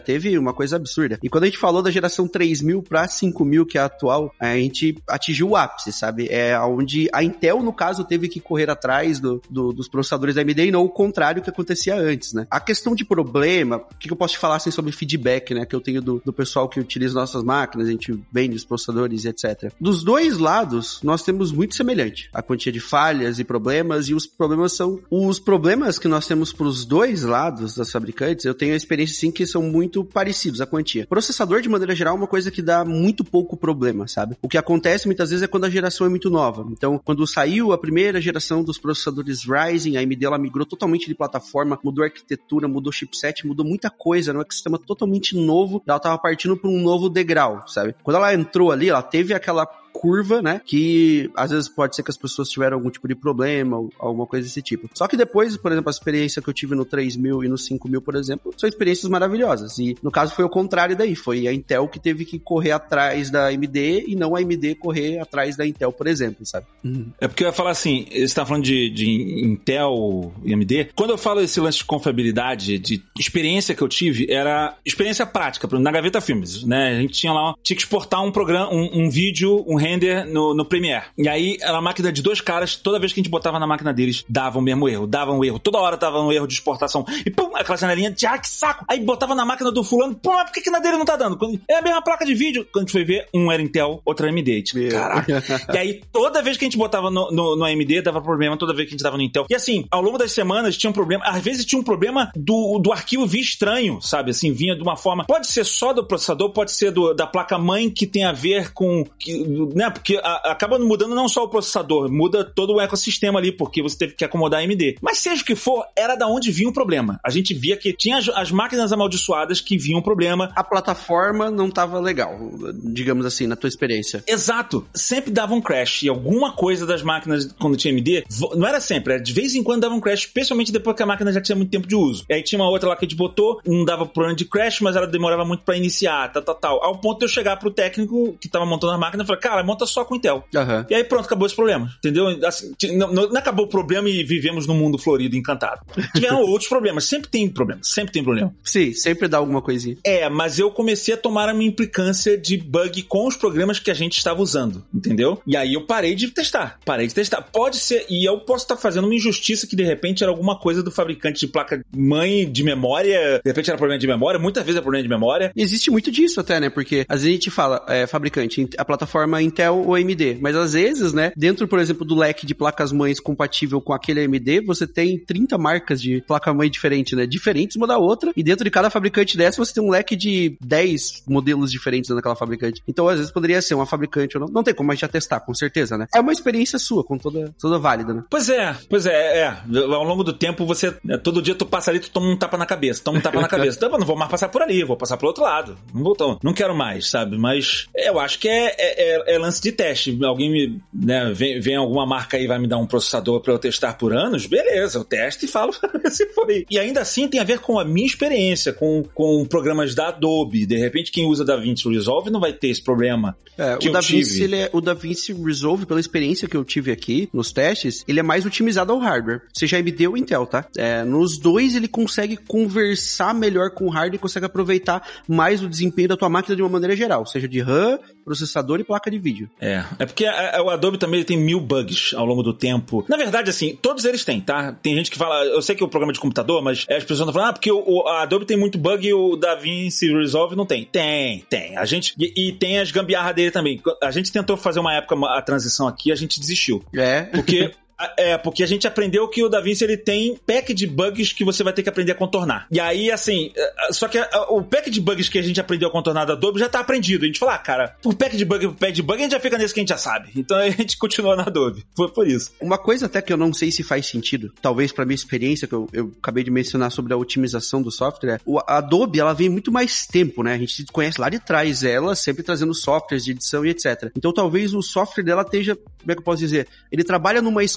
teve uma coisa absurda. E quando a gente falou da geração três mil pra cinco mil, que é a atual, a gente atingiu o ápice, sabe? É onde a Intel, no caso, teve que correr atrás do, do, dos processadores da A M D e não o contrário que acontecia antes, né? A questão de problema, o que eu posso te falar assim, sobre feedback, né, que eu tenho do, do pessoal que utiliza nossas máquinas, a gente vende os processadores e etcétera. Dos dois lados, nós temos muito semelhante. A quantia de falhas e problemas, e os problemas são... Os problemas que nós temos pros dois lados das fabricantes, eu tenho a experiência, sim, que são muito parecidos, a quantia. Processador, de maneira geral, é uma coisa que dá muito pouco problema, sabe? O que acontece, muitas vezes, é quando a geração é muito nova. Então, quando saiu a primeira geração dos processadores Ryzen, a A M D, ela migrou totalmente de plataforma, mudou a arquitetura, mudou chipset, mudou muita coisa, era um ecossistema totalmente novo, ela tava partindo para um novo degrau, sabe? Quando ela entrou ali, ela teve aquela curva, né, que às vezes pode ser que as pessoas tiveram algum tipo de problema ou alguma coisa desse tipo. Só que depois, por exemplo, a experiência que eu tive no três mil e no cinco mil, por exemplo, são experiências maravilhosas. E no caso foi o contrário daí, foi a Intel que teve que correr atrás da A M D e não a A M D correr atrás da Intel, por exemplo, sabe? Uhum. É porque eu ia falar assim, você tá falando de, de Intel e A M D, quando eu falo esse lance de confiabilidade, de experiência que eu tive, era experiência prática, na Gaveta Filmes, né? A gente tinha lá, tinha que exportar um programa, um, um vídeo, um render no, no Premiere. E aí, era uma máquina de dois caras, toda vez que a gente botava na máquina deles, dava o mesmo erro, dava um erro, toda hora dava um erro de exportação. E pum, aquela janelinha de, ah, que saco! Aí botava na máquina do fulano, pum, por que, que na dele não tá dando? É a mesma placa de vídeo. Quando a gente foi ver, um era Intel, outro era A M D. Tipo, caraca. E aí, toda vez que a gente botava no, no, no A M D, dava problema, toda vez que a gente dava no Intel. E assim, ao longo das semanas, tinha um problema, às vezes tinha um problema do, do arquivo vir estranho, sabe? Assim, vinha de uma forma, pode ser só do processador, pode ser do, da placa-mãe que tem a ver com, que, né? Porque a, acaba mudando não só o processador, muda todo o ecossistema ali, porque você teve que acomodar a A M D. Mas seja o que for, era da onde vinha o problema. A gente via que tinha as, as máquinas amaldiçoadas que vinham o problema. A plataforma não tava legal, digamos assim, na tua experiência. Exato. Sempre dava um crash. E alguma coisa das máquinas, quando tinha A M D, não era sempre, era de vez em quando dava um crash, especialmente depois que a máquina já tinha muito tempo de uso. E aí tinha uma outra lá que a gente botou, não dava problema de crash, mas ela demorava muito pra iniciar, tal, tal, tal. Ao ponto de eu chegar pro técnico que tava montando a máquina e falar, cara, monta só com Intel. Uhum. E aí pronto, acabou esse problema, entendeu? Assim, não, não, não acabou o problema e vivemos num mundo florido encantado. Tiveram outros problemas, sempre tem problema, sempre tem problema. Sim, sempre dá alguma coisinha. É, mas eu comecei a tomar a minha implicância de bug com os programas que a gente estava usando, entendeu? E aí eu parei de testar, parei de testar. Pode ser, e eu posso estar fazendo uma injustiça que de repente era alguma coisa do fabricante de placa-mãe de memória, de repente era problema de memória, muitas vezes é problema de memória. E existe muito disso até, né? Porque às vezes a gente fala, é, fabricante, a plataforma Intel ou A M D, mas às vezes, né, dentro, por exemplo, do leque de placas-mães compatível com aquele A M D, você tem trinta marcas de placa-mãe diferente, né? Diferentes uma da outra, e dentro de cada fabricante dessa você tem um leque de dez modelos diferentes daquela fabricante. Então, às vezes, poderia ser uma fabricante ou não. Não tem como a gente atestar, com certeza, né? É uma experiência sua, com toda, toda válida, né? Pois é, pois é, é. Ao longo do tempo, você, todo dia tu passa ali, tu toma um tapa na cabeça, toma um tapa na cabeça. Então, eu não vou mais passar por ali, vou passar pro outro lado. Não vou, então, não quero mais, sabe? Mas eu acho que é, é, é lance de teste. Alguém me, né, vem, vem alguma marca aí e vai me dar um processador pra eu testar por anos, beleza, eu testo e falo pra ver se foi. E ainda assim tem a ver com a minha experiência, com, com programas da Adobe. De repente, quem usa DaVinci Resolve não vai ter esse problema. É, que o eu DaVinci, tive. ele é, o DaVinci Resolve, pela experiência que eu tive aqui nos testes, ele é mais otimizado ao hardware. Seja A M D ou Intel, tá? É, nos dois ele consegue conversar melhor com o hardware e consegue aproveitar mais o desempenho da tua máquina de uma maneira geral, seja de RAM, processador e placa de vídeo. É, é porque a, a, o Adobe também ele tem mil bugs ao longo do tempo. Na verdade, assim, todos eles têm, tá? Tem gente que fala, eu sei que é o programa de computador, mas as pessoas estão falando, ah, porque o, o a Adobe tem muito bug e o DaVinci Resolve não tem. Tem, tem. A gente, e, e tem as gambiarra dele também. A gente tentou fazer uma época a transição aqui, a gente desistiu. É. Porque... É, porque a gente aprendeu que o DaVinci ele tem pack de bugs que você vai ter que aprender a contornar. E aí, assim, só que o pack de bugs que a gente aprendeu a contornar da Adobe já tá aprendido. A gente fala, ah, cara, por pack de bug, por pack de bug, a gente já fica nesse que a gente já sabe. Então a gente continua na Adobe. Foi por isso. Uma coisa até que eu não sei se faz sentido, talvez pra minha experiência, que eu, eu acabei de mencionar sobre a otimização do software, é, o, a Adobe, ela vem muito mais tempo, né? A gente conhece lá de trás ela, sempre trazendo softwares de edição e etcétera. Então talvez o software dela esteja, como é que eu posso dizer? Ele trabalha numa escola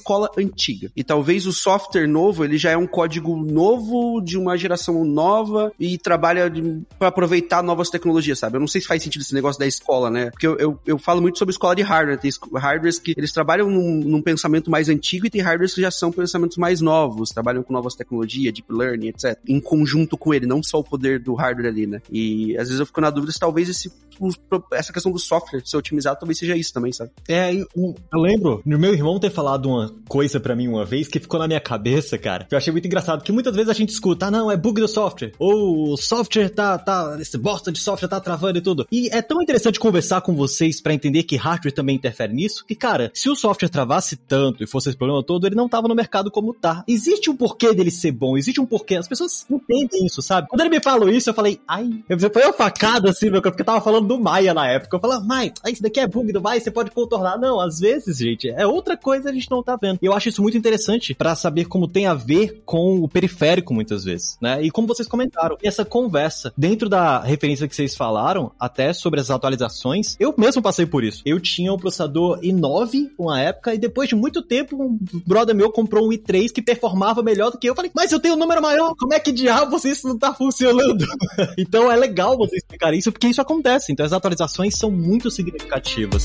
escola antiga. E talvez o software novo, ele já é um código novo, de uma geração nova, e trabalha para aproveitar novas tecnologias, sabe? Eu não sei se faz sentido esse negócio da escola, né? Porque eu, eu, eu falo muito sobre escola de hardware. Tem hardwares que eles trabalham num, num pensamento mais antigo e tem hardwares que já são pensamentos mais novos, trabalham com novas tecnologias, deep learning, etcétera. Em conjunto com ele, não só o poder do hardware ali, né? E às vezes eu fico na dúvida se talvez esse, essa questão do software ser otimizado talvez seja isso também, sabe? É, eu, eu lembro do meu irmão ter falado uma coisa pra mim uma vez que ficou na minha cabeça, cara, que eu achei muito engraçado, que muitas vezes a gente escuta, ah, não, é bug do software, ou o software tá, tá, esse bosta de software tá travando e tudo. E é tão interessante conversar com vocês pra entender que hardware também interfere nisso, que, cara, se o software travasse tanto e fosse esse problema todo, ele não tava no mercado como tá. Existe um porquê dele ser bom, existe um porquê, as pessoas entendem isso, sabe? Quando ele me falou isso, eu falei, ai, foi uma facada assim, meu, porque eu tava falando do Maya na época. Eu falei, Maya, isso daqui é bug do Maya, você pode contornar. Não, às vezes, gente, é outra coisa a gente não tá vendo. E eu acho isso muito interessante pra saber como tem a ver com o periférico, muitas vezes, né? E como vocês comentaram, essa conversa, dentro da referência que vocês falaram, até sobre as atualizações, eu mesmo passei por isso. Eu tinha um processador i nove uma época, e depois de muito tempo, um brother meu comprou um i três que performava melhor do que eu. Eu falei, mas eu tenho um número maior, como é que diabo isso não tá funcionando? Então é legal você explicar isso, porque isso acontece. Então as atualizações são muito significativas.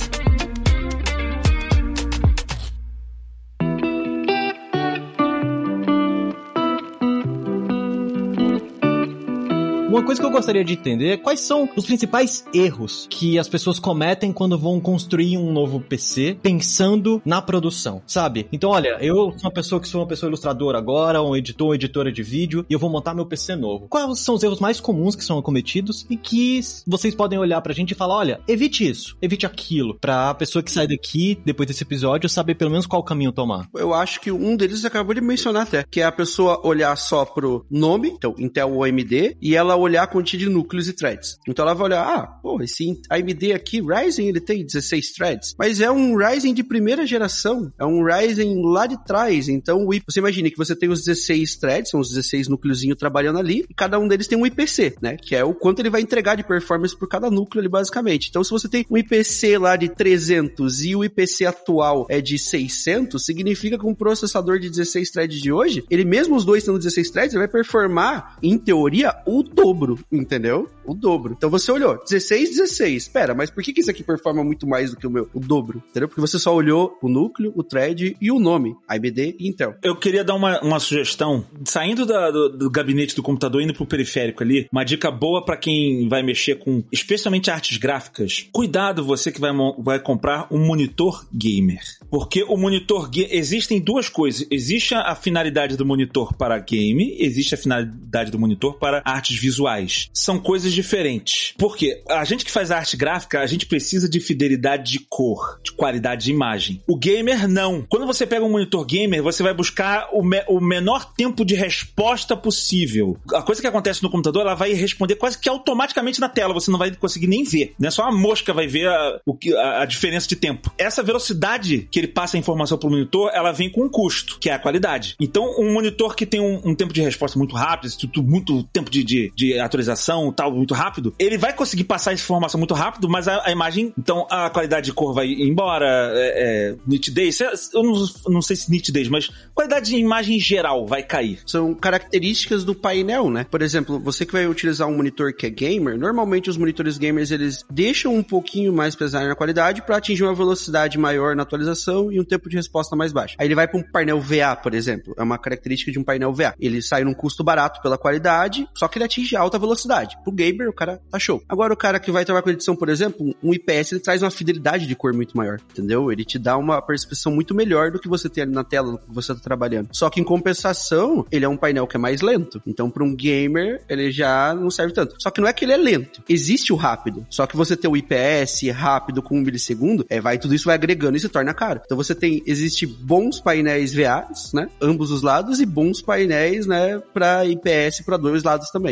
Uma coisa que eu gostaria de entender é quais são os principais erros que as pessoas cometem quando vão construir um novo P C pensando na produção, sabe? Então, olha, eu sou uma pessoa que sou uma pessoa ilustradora agora, um editor, uma editora de vídeo, e eu vou montar meu P C novo. Quais são os erros mais comuns que são cometidos e que vocês podem olhar pra gente e falar, olha, evite isso, evite aquilo, pra pessoa que sai daqui, depois desse episódio, saber pelo menos qual caminho tomar? Eu acho que um deles você acabou de mencionar até, que é a pessoa olhar só pro nome, então Intel ou A M D, e ela olhar a quantidade de núcleos e threads. Então ela vai olhar, ah, pô, esse A M D aqui, Ryzen, ele tem dezesseis threads, mas é um Ryzen de primeira geração, é um Ryzen lá de trás, então você imagina que você tem os dezesseis threads, são os dezesseis núcleozinhos trabalhando ali, e cada um deles tem um I P C, né, que é o quanto ele vai entregar de performance por cada núcleo ali, basicamente. Então se você tem um I P C lá de trezentos e o I P C atual é de seiscentos, significa que um processador de dezesseis threads de hoje, ele mesmo os dois tendo dezesseis threads, ele vai performar, em teoria, o dobro, entendeu? O dobro. Então você olhou, dezesseis, dezesseis. Espera, mas por que que isso aqui performa muito mais do que o meu? O dobro, entendeu? Porque você só olhou o núcleo, o thread e o nome, A M D e Intel. Eu queria dar uma, uma sugestão, saindo da, do, do gabinete do computador, indo pro periférico ali, uma dica boa pra quem vai mexer com, especialmente artes gráficas. Cuidado você que vai, vai comprar um monitor gamer. Porque o monitor gamer, existem duas coisas. Existe a finalidade do monitor para game, existe a finalidade do monitor para artes visuais. São coisas diferentes. Por quê? A gente que faz arte gráfica, a gente precisa de fidelidade de cor, de qualidade de imagem. O gamer, não. Quando você pega um monitor gamer, você vai buscar o, me- o menor tempo de resposta possível. A coisa que acontece no computador, ela vai responder quase que automaticamente na tela. Você não vai conseguir nem ver, né? Só uma mosca vai ver a, o que, a, a diferença de tempo. Essa velocidade que ele passa a informação pro monitor, ela vem com um custo, que é a qualidade. Então, um monitor que tem um, um tempo de resposta muito rápido, muito tempo de, de, de atualização, tal, muito rápido, ele vai conseguir passar essa informação muito rápido, mas a, a imagem, então a qualidade de cor vai embora, é, é, nitidez, eu não, não sei se nitidez, mas qualidade de imagem geral vai cair. São características do painel, né? Por exemplo, você que vai utilizar um monitor que é gamer, normalmente os monitores gamers, eles deixam um pouquinho mais pesado na qualidade para atingir uma velocidade maior na atualização e um tempo de resposta mais baixo. Aí ele vai para um painel V A, por exemplo, é uma característica de um painel V A. Ele sai num custo barato pela qualidade, só que ele atinge alta velocidade. Pro gamer, o cara tá show. Agora, o cara que vai trabalhar com edição, por exemplo, um I P S, ele traz uma fidelidade de cor muito maior, entendeu? Ele te dá uma percepção muito melhor do que você tem ali na tela, do que você tá trabalhando. Só que, em compensação, ele é um painel que é mais lento. Então, pra um gamer, ele já não serve tanto. Só que não é que ele é lento. Existe o rápido. Só que você ter o I P S rápido com um milissegundo, é, vai, tudo isso vai agregando e se torna caro. Então, você tem, existe bons painéis V As, né? Ambos os lados, e bons painéis, né? Pra I P S, pra dois lados também, né? Tô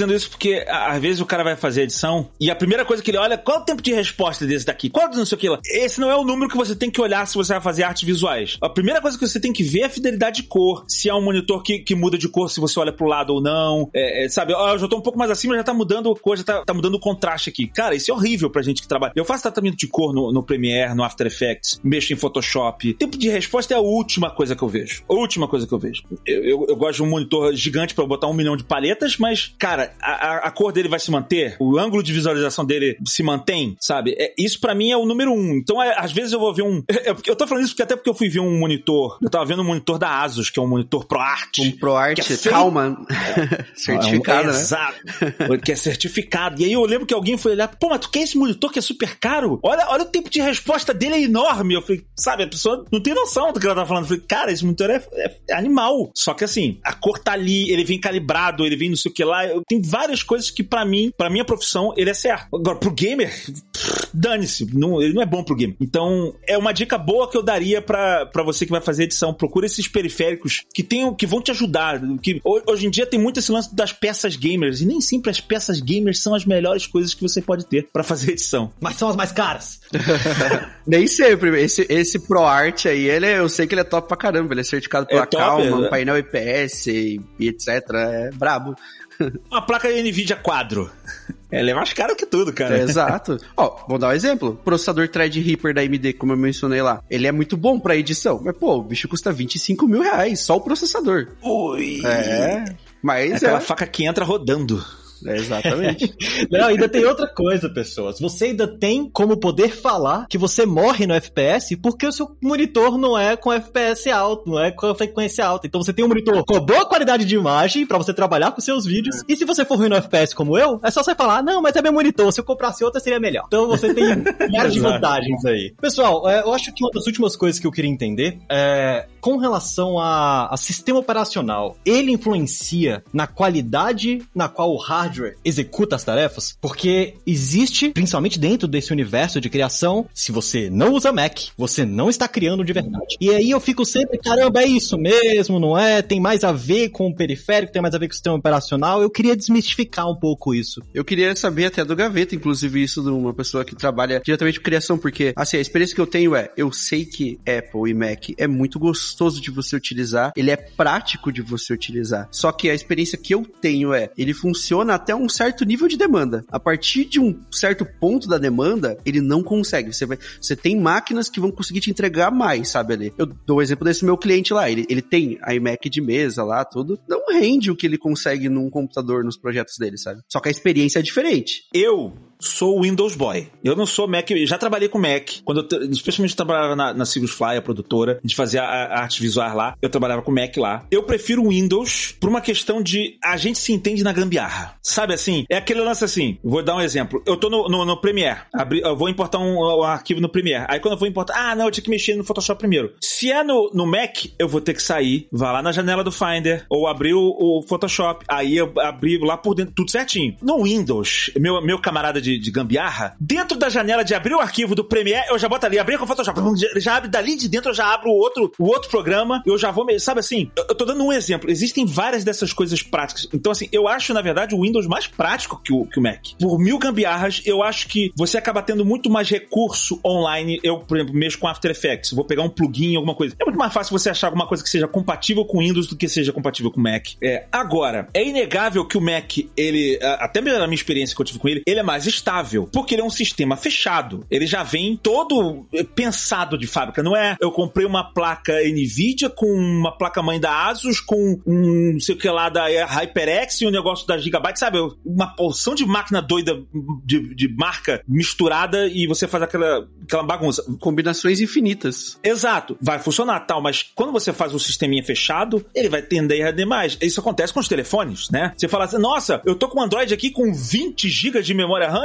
dizendo isso porque às vezes o cara vai fazer a edição e a primeira coisa que ele olha, qual é o tempo de resposta desse daqui? Qual não sei o que lá? Esse não é o número que você tem que olhar se você vai fazer artes visuais. A primeira coisa que você tem que ver é a fidelidade de cor. Se é um monitor que, que muda de cor, se você olha pro lado ou não. É, é, sabe, ó, eu já tô um pouco mais acima, já tá mudando a cor, já tá, tá mudando o contraste aqui. Cara, isso é horrível pra gente que trabalha. Eu faço tratamento de cor no, no Premiere, no After Effects, mexo em Photoshop. Tempo de resposta é a última coisa que eu vejo. A última coisa que eu vejo. Eu, eu, eu gosto de um monitor gigante pra botar um milhão de paletas, mas, cara, a, a, a cor dele vai se manter, o ângulo de visualização dele se mantém, sabe? É, isso pra mim é o número um. Então, é, às vezes eu vou ver um... Eu, eu tô falando isso porque até porque eu fui ver um monitor, eu tava vendo um monitor da Asus, que é um monitor ProArt. Um ProArt, que é feito... calma. certificado, é um, é, né? Exato. Que é certificado. E aí eu lembro que alguém foi olhar, pô, mas tu quer esse monitor que é super caro? Olha, olha o tempo de resposta dele é enorme. Eu falei, sabe, a pessoa não tem noção do que ela tá falando. Eu falei, cara, esse monitor é, é animal. Só que assim, a cor tá ali, ele vem calibrado, ele vem não sei o que lá. Eu, tem várias coisas que pra mim, pra minha profissão, ele é certo. Agora, pro gamer, dane-se. Não, ele não é bom pro gamer. Então, é uma dica boa que eu daria pra, pra você que vai fazer edição. Procura esses periféricos que, tenham, que vão te ajudar. Que, hoje em dia tem muito esse lance das peças gamers. E nem sempre as peças gamers são as melhores coisas que você pode ter pra fazer edição. Mas são as mais caras. Nem sempre. Esse, esse ProArt aí, ele, eu sei que ele é top pra caramba. Ele é certificado pela é top, Calma, é, painel I P S e, e etcétera. É brabo. Uma placa NVIDIA quadro. Ela é mais cara que tudo, cara. É, exato. Ó, vou dar um exemplo. O processador Threadripper da A M D, como eu mencionei lá, ele é muito bom pra edição. Mas, pô, o bicho custa vinte e cinco mil reais, só o processador. Ui. É, mas é aquela é... faca que entra rodando. É, exatamente. Não, ainda tem outra coisa, pessoas. Você ainda tem como poder falar que você morre no F P S porque o seu monitor não é com F P S alto, não é com frequência alta. Então você tem um monitor com boa qualidade de imagem pra você trabalhar com seus vídeos. É. E se você for ruim no F P S como eu, é só você falar, não, mas é meu monitor, se eu comprasse outra seria melhor. Então você tem milhares de vantagens aí. Pessoal, é, eu acho que uma das últimas coisas que eu queria entender é com relação a, a sistema operacional. Ele influencia na qualidade na qual o hardware executa as tarefas, porque existe, principalmente dentro desse universo de criação, se você não usa Mac, você não está criando de verdade. E aí eu fico sempre, caramba, é isso mesmo, não é? Tem mais a ver com o periférico, tem mais a ver com o sistema operacional. Eu queria desmistificar um pouco isso. Eu queria saber até do Gaveta, inclusive, isso de uma pessoa que trabalha diretamente com criação, porque, assim, a experiência que eu tenho é, eu sei que Apple e Mac é muito gostoso de você utilizar, ele é prático de você utilizar, só que a experiência que eu tenho é, ele funciona até um certo nível de demanda. A partir de um certo ponto da demanda, ele não consegue. Você vai, você tem máquinas que vão conseguir te entregar mais, sabe, ali. Eu dou o exemplo desse meu cliente lá, ele, ele tem iMac de mesa lá, tudo, não rende o que ele consegue num computador nos projetos dele, sabe? Só que a experiência é diferente. Eu sou o Windows Boy. Eu não sou Mac, eu já trabalhei com Mac, quando eu, especialmente eu trabalhava na, na Sigus Fly, a produtora, a gente fazia a, a arte visual lá, eu trabalhava com Mac lá. Eu prefiro o Windows por uma questão de a gente se entende na gambiarra. Sabe assim? É aquele lance assim, vou dar um exemplo. Eu tô no, no, no Premiere, abri, eu vou importar um, um arquivo no Premiere. Aí quando eu vou importar, ah, não, eu tinha que mexer no Photoshop primeiro. Se é no, no Mac, eu vou ter que sair, vai lá na janela do Finder, ou abrir o, o Photoshop, aí eu abri lá por dentro, tudo certinho. No Windows, meu, meu camarada de, de gambiarra, dentro da janela de abrir o arquivo do Premiere, eu já boto ali, abrir com o Photoshop, já, já abre dali de dentro, eu já abro o outro, o outro programa, eu já vou, sabe assim, eu, eu tô dando um exemplo, existem várias dessas coisas práticas, então assim, eu acho na verdade o Windows mais prático que o, que o Mac. Por mil gambiarras, eu acho que você acaba tendo muito mais recurso online. Eu, por exemplo, mexo com After Effects, vou pegar um plugin, alguma coisa. É muito mais fácil você achar alguma coisa que seja compatível com Windows do que seja compatível com Mac. É, agora, é inegável que o Mac, ele, até na minha experiência que eu tive com ele, ele é mais estável, porque ele é um sistema fechado. Ele já vem todo pensado de fábrica, não é? Eu comprei uma placa NVIDIA com uma placa-mãe da Asus, com um, não sei o que lá, da HyperX e um negócio da Gigabyte, sabe? Uma porção de máquina doida de, de marca misturada e você faz aquela, aquela bagunça. Combinações infinitas. Exato. Vai funcionar, tal, mas quando você faz um sisteminha fechado, ele vai tender a render mais. Isso acontece com os telefones, né? Você fala assim, nossa, eu tô com um Android aqui com vinte gigas de memória RAM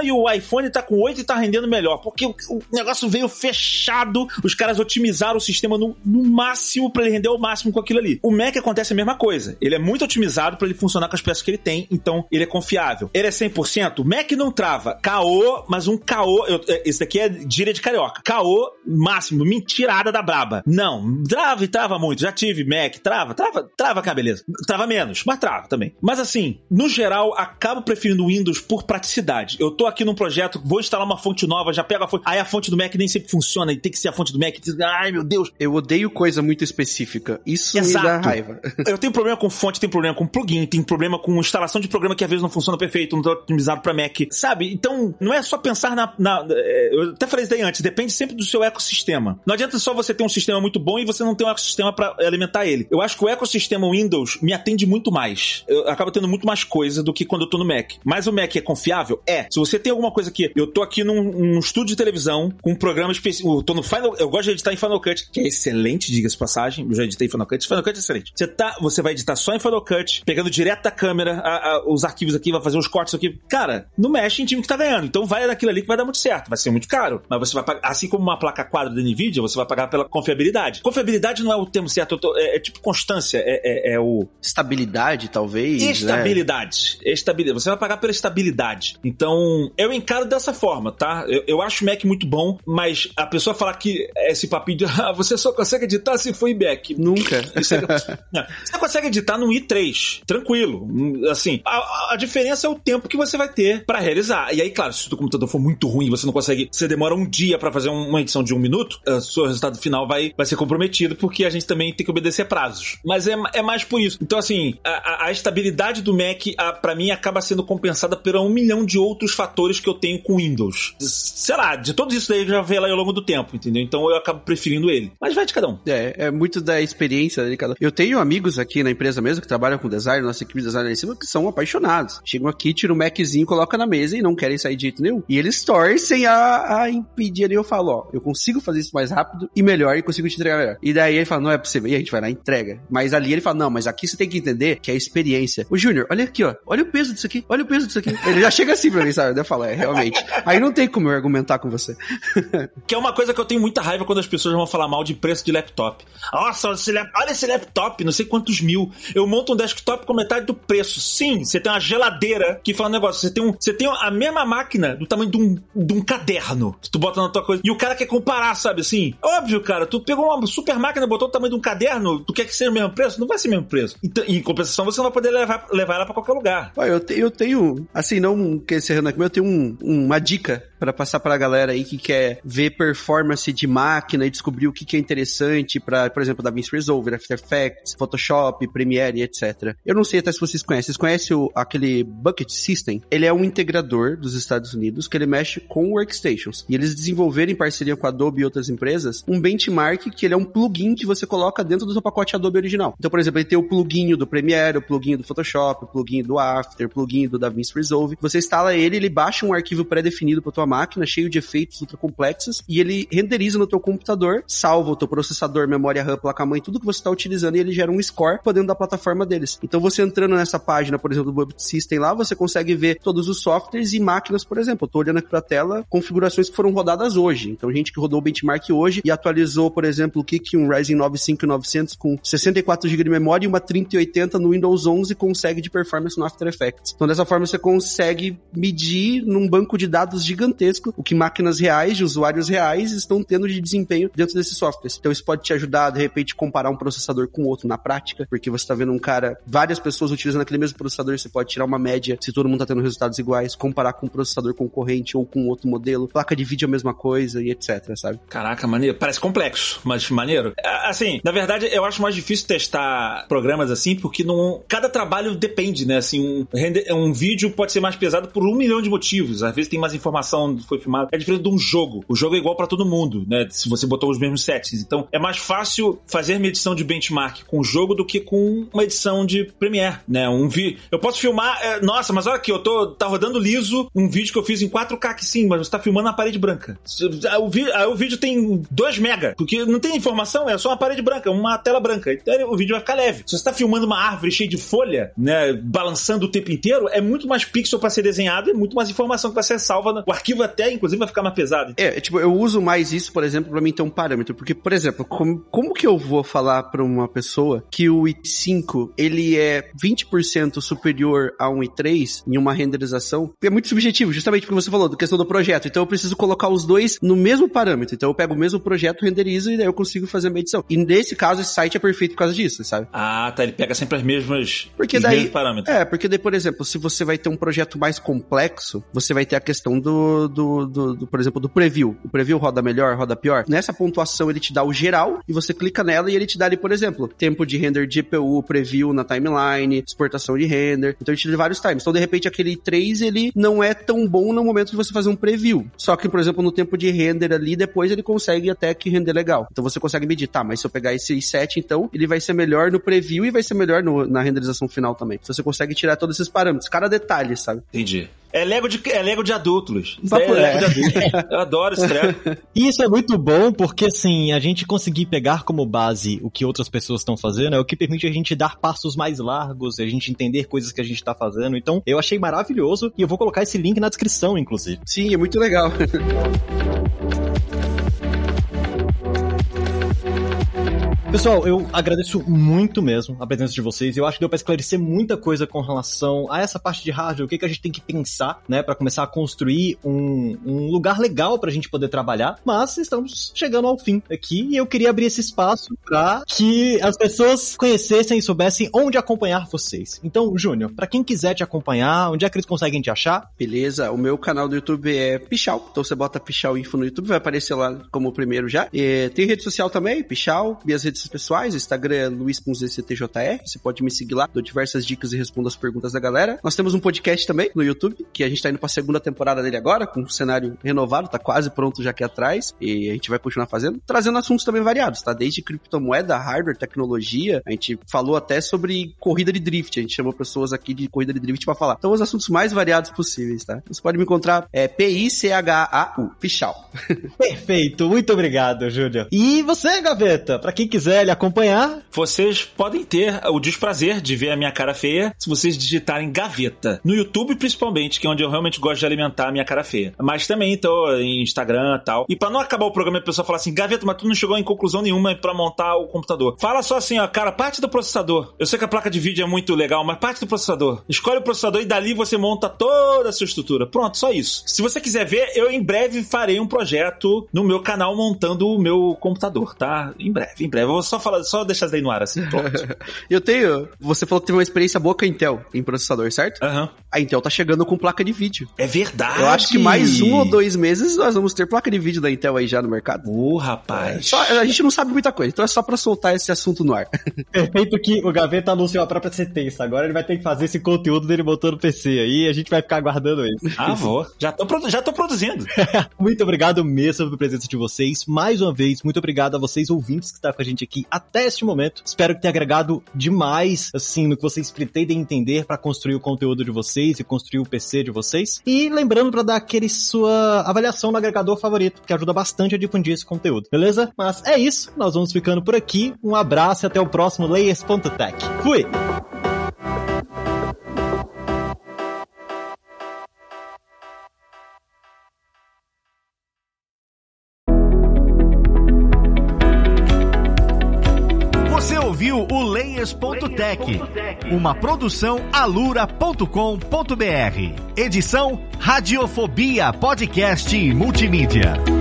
e o iPhone tá com oito e tá rendendo melhor, porque o, o negócio veio fechado, os caras otimizaram o sistema no, no máximo pra ele render o máximo com aquilo ali. O Mac acontece a mesma coisa, ele é muito otimizado pra ele funcionar com as peças que ele tem, então ele é confiável. Ele é cem por cento? O Mac não trava. Caô, mas um caô, eu, esse daqui é gíria de carioca. Caô máximo, mentirada da braba. Não, trava e trava muito, já tive Mac, trava, trava, trava cá, beleza. Trava menos, mas trava também. Mas assim, no geral, acabo preferindo o Windows por praticidade. Eu tô aqui num projeto, vou instalar uma fonte nova, já pego a fonte, aí a fonte do Mac nem sempre funciona, e tem que ser a fonte do Mac. Ai, meu Deus. Eu odeio coisa muito específica. Isso Exato. Me dá raiva. Eu tenho problema com fonte, tenho problema com plugin, tenho problema com instalação de programa que às vezes não funciona perfeito, não tá otimizado pra Mac, sabe? Então, não é só pensar na, na... Eu até falei isso daí antes, depende sempre do seu ecossistema. Não adianta só você ter um sistema muito bom e você não ter um ecossistema pra alimentar ele. Eu acho que o ecossistema Windows me atende muito mais. Eu acabo tendo muito mais coisa do que quando eu tô no Mac. Mas o Mac é confiável? É. Se você tem alguma coisa que... Eu tô aqui num, num estúdio de televisão com um programa específico. Eu tô no Final... Eu gosto de editar em Final Cut, que é excelente, diga-se de passagem. Eu já editei em Final Cut. Final Cut é excelente. Você, tá, você vai editar só em Final Cut, pegando direto da câmera a, a, os arquivos aqui, vai fazer os cortes aqui. Cara, não mexe em time que tá ganhando. Então vai daquilo ali que vai dar muito certo. Vai ser muito caro. Mas você vai pagar... Assim como uma placa quadro da NVIDIA, você vai pagar pela confiabilidade. Confiabilidade não é o termo certo. Eu tô, é, é tipo constância. É, é, é o... Estabilidade, talvez. Estabilidade. Né? Estabilidade. Você vai pagar pela estabilidade. Então, eu encaro dessa forma, tá? Eu, eu acho o Mac muito bom, mas a pessoa falar que esse papinho de ah, você só consegue editar se for em Mac. Nunca. Você, não, você consegue editar no i três. Tranquilo. Assim, a, a diferença é o tempo que você vai ter pra realizar. E aí, claro, se o seu computador for muito ruim, você não consegue... Você demora um dia pra fazer uma edição de um minuto, o seu resultado final vai, vai ser comprometido, porque a gente também tem que obedecer prazos. Mas é, é mais por isso. Então, assim, a, a estabilidade do Mac, a, pra mim, acaba sendo compensada por um milhão de outros fatores que eu tenho com Windows. Sei lá, de todos isso daí eu já vi lá ao longo do tempo, entendeu? Então eu acabo preferindo ele. Mas vai de cada um. É, é muito da experiência de cada um. Eu tenho amigos aqui na empresa mesmo que trabalham com design, nossa equipe de design lá em cima, que são apaixonados. Chegam aqui, tiram o Maczinho, colocam na mesa e não querem sair de jeito nenhum. E eles torcem a, a impedir. E eu falo, ó, eu consigo fazer isso mais rápido e melhor e consigo te entregar melhor. E daí ele fala, não é possível. E a gente vai lá e entrega. Mas ali ele fala, não, mas aqui você tem que entender que é a experiência. Ô, Júnior, olha aqui, ó. Olha o peso disso aqui. Olha o peso disso aqui. Ele já chega assim pra mim, sabe? Eu falo, é, realmente. Aí não tem como eu argumentar com você. Que é uma coisa que eu tenho muita raiva quando as pessoas vão falar mal de preço de laptop. Nossa, esse lap... olha esse laptop, não sei quantos mil. Eu monto um desktop com metade do preço. Sim, você tem uma geladeira que fala um negócio. Você tem, um, você tem a mesma máquina do tamanho de um, de um caderno que tu bota na tua coisa. E o cara quer comparar, sabe assim? Óbvio, cara, tu pegou uma super máquina, botou o tamanho de um caderno, tu quer que seja o mesmo preço? Não vai ser o mesmo preço. Então, em compensação, você não vai poder levar, levar ela pra qualquer lugar. Pô, eu, te, eu tenho, assim, não que encerrando aqui, mas eu tenho um, uma dica pra passar pra galera aí que quer ver performance de máquina e descobrir o que, que é interessante pra, por exemplo, DaVinci Resolve, After Effects, Photoshop, Premiere, etcétera. Eu não sei até se vocês conhecem. Vocês conhecem o, aquele Bucket System? Ele é um integrador dos Estados Unidos que ele mexe com workstations. E eles desenvolveram em parceria com a Adobe e outras empresas um benchmark que ele é um plugin que você coloca dentro do seu pacote Adobe original. Então, por exemplo, ele tem o plugin do Premiere, o plugin do Photoshop, o plugin do After, o plugin do DaVinci Resolve. Você instala ele, ele baixa um arquivo pré-definido pra tua máquina, cheio de efeitos ultra complexos, e ele renderiza no teu computador, salva o teu processador, memória RAM, placa-mãe, tudo que você está utilizando, e ele gera um score pra dentro da plataforma deles. Então, você entrando nessa página, por exemplo, do Bucket System lá, você consegue ver todos os softwares e máquinas, por exemplo. Eu tô olhando aqui pra tela, configurações que foram rodadas hoje. Então, gente que rodou o benchmark hoje e atualizou, por exemplo, o que que um Ryzen nove cinco mil e novecentos com sessenta e quatro gigabytes de memória e uma trinta e oitenta no Windows onze consegue de performance no After Effects. Então, dessa forma, você consegue medir num banco de dados gigantesco o que máquinas reais, de usuários reais, estão tendo de desempenho dentro desses softwares. Então, isso pode te ajudar, de repente, comparar um processador com outro na prática, porque você está vendo um cara, várias pessoas utilizando aquele mesmo processador, você pode tirar uma média, se todo mundo está tendo resultados iguais, comparar com um processador concorrente ou com outro modelo, placa de vídeo é a mesma coisa e etc, sabe? Caraca, maneiro. Parece complexo, mas maneiro. Assim, na verdade, eu acho mais difícil testar programas assim, porque não, cada trabalho depende, né? Assim, um, render, um vídeo pode ser mais pesado por um milhão de motivos. Às vezes tem mais informação apresentação foi filmada. É diferente de um jogo. O jogo é igual pra todo mundo, né? Se você botou os mesmos settings. Então, é mais fácil fazer minha edição de benchmark com o jogo do que com uma edição de Premiere, né? Um vi... Eu posso filmar... É... Nossa, mas olha aqui, eu tô... Tá rodando liso um vídeo que eu fiz em quatro K aqui sim, mas você tá filmando na parede branca. O, vi... o vídeo tem dois mega, porque não tem informação, é só uma parede branca, uma tela branca. Então, o vídeo vai ficar leve. Se você tá filmando uma árvore cheia de folha, né? Balançando o tempo inteiro, é muito mais pixel pra ser desenhado e muito mais informação que vai ser salva. O arquivo até, inclusive, vai ficar mais pesado. É, tipo, eu uso mais isso, por exemplo, pra mim ter um parâmetro. Porque, por exemplo, como, como que eu vou falar pra uma pessoa que o i cinco, ele é vinte por cento superior a um i três em uma renderização? É muito subjetivo, justamente porque você falou da questão do projeto. Então eu preciso colocar os dois no mesmo parâmetro. Então eu pego o mesmo projeto, renderizo e daí eu consigo fazer a minha edição. E nesse caso, esse site é perfeito por causa disso, sabe? Ah, tá. Ele pega sempre as mesmas, porque os daí, mesmos parâmetros. É, porque daí, por exemplo, se você vai ter um projeto mais complexo, você vai ter a questão do, do, do, do por exemplo, do preview. O preview roda melhor, roda pior. Nessa pontuação, ele te dá o geral e você clica nela e ele te dá ali, por exemplo, tempo de render de G P U, preview na timeline, exportação de render. Então, ele te dá vários times. Então, de repente, aquele i três, ele não é tão bom no momento de você fazer um preview. Só que, por exemplo, no tempo de render ali, depois ele consegue até que render legal. Então, você consegue medir, tá, mas se eu pegar esse i sete, então, ele vai ser melhor no preview e vai ser melhor no, na renderização final também. Então, você consegue tirar todos esses parâmetros, cada detalhe, sabe? Entendi. É Lego de, é Lego de adulto, Luiz. Isso é, é Lego de adulto. Eu adoro esse treco. E isso é muito bom porque, assim, a gente conseguir pegar como base o que outras pessoas estão fazendo é o que permite a gente dar passos mais largos, a gente entender coisas que a gente tá fazendo. Então, eu achei maravilhoso e eu vou colocar esse link na descrição, inclusive. Sim, é muito legal. Pessoal, eu agradeço muito mesmo a presença de vocês. Eu acho que deu pra esclarecer muita coisa com relação a essa parte de hardware, o que, que a gente tem que pensar, né, pra começar a construir um, um lugar legal pra gente poder trabalhar. Mas estamos chegando ao fim aqui e eu queria abrir esse espaço pra que as pessoas conhecessem e soubessem onde acompanhar vocês. Então, Júnior, pra quem quiser te acompanhar, onde é que eles conseguem te achar? Beleza, o meu canal do YouTube é Pichau, então você bota Pichau Info no YouTube, vai aparecer lá como o primeiro já. E tem rede social também, Pichau, minhas redes pessoais, o Instagram é luiz ponto z c t j r, você pode me seguir lá, dou diversas dicas e respondo as perguntas da galera. Nós temos um podcast também no YouTube, que a gente tá indo pra segunda temporada dele agora, com um cenário renovado, tá quase pronto já aqui atrás, e a gente vai continuar fazendo, trazendo assuntos também variados, tá? Desde criptomoeda, hardware, tecnologia, a gente falou até sobre corrida de drift, a gente chamou pessoas aqui de corrida de drift pra falar. Então, os assuntos mais variados possíveis, tá? Você pode me encontrar, é P I C H A U, Pichau. Perfeito, muito obrigado, Júnior. E você, Gaveta, pra quem quiser lhe acompanhar, vocês podem ter o desprazer de ver a minha cara feia se vocês digitarem Gaveta. No YouTube, principalmente, que é onde eu realmente gosto de alimentar a minha cara feia. Mas também tô em Instagram e tal. E pra não acabar o programa e a pessoa falar assim, Gaveta, mas tu não chegou em conclusão nenhuma pra montar o computador. Fala só assim, ó, cara, parte do processador. Eu sei que a placa de vídeo é muito legal, mas parte do processador. Escolhe o processador e dali você monta toda a sua estrutura. Pronto, só isso. Se você quiser ver, eu em breve farei um projeto no meu canal montando o meu computador, tá? Em breve, em breve. Eu vou só falar, só deixar isso aí no ar, assim, pronto. Eu tenho... Você falou que teve uma experiência boa com a Intel em processador, certo? Aham. Uhum. A Intel tá chegando com placa de vídeo. É verdade! Eu acho que mais um ou dois meses nós vamos ter placa de vídeo da Intel aí já no mercado. Ô, uh, rapaz! Só, a gente não sabe muita coisa, então é só pra soltar esse assunto no ar. Perfeito que o Gaveta anunciou a própria sentença. Agora ele vai ter que fazer esse conteúdo dele botando no P C aí e a gente vai ficar aguardando isso. Ah, vou. Já tô, já tô produzindo. Muito obrigado mesmo pela presença de vocês. Mais uma vez, muito obrigado a vocês ouvintes que estão com a gente aqui até este momento. Espero que tenha agregado demais, assim, no que vocês pretendem entender para construir o conteúdo de vocês e construir o P C de vocês. E lembrando para dar aquele sua avaliação no agregador favorito, que ajuda bastante a difundir esse conteúdo, beleza? Mas é isso, nós vamos ficando por aqui. Um abraço e até o próximo Layers ponto tech. Fui! Você ouviu o Layers ponto tech, uma produção alura ponto com ponto b r. Edição Radiofobia Podcast e Multimídia.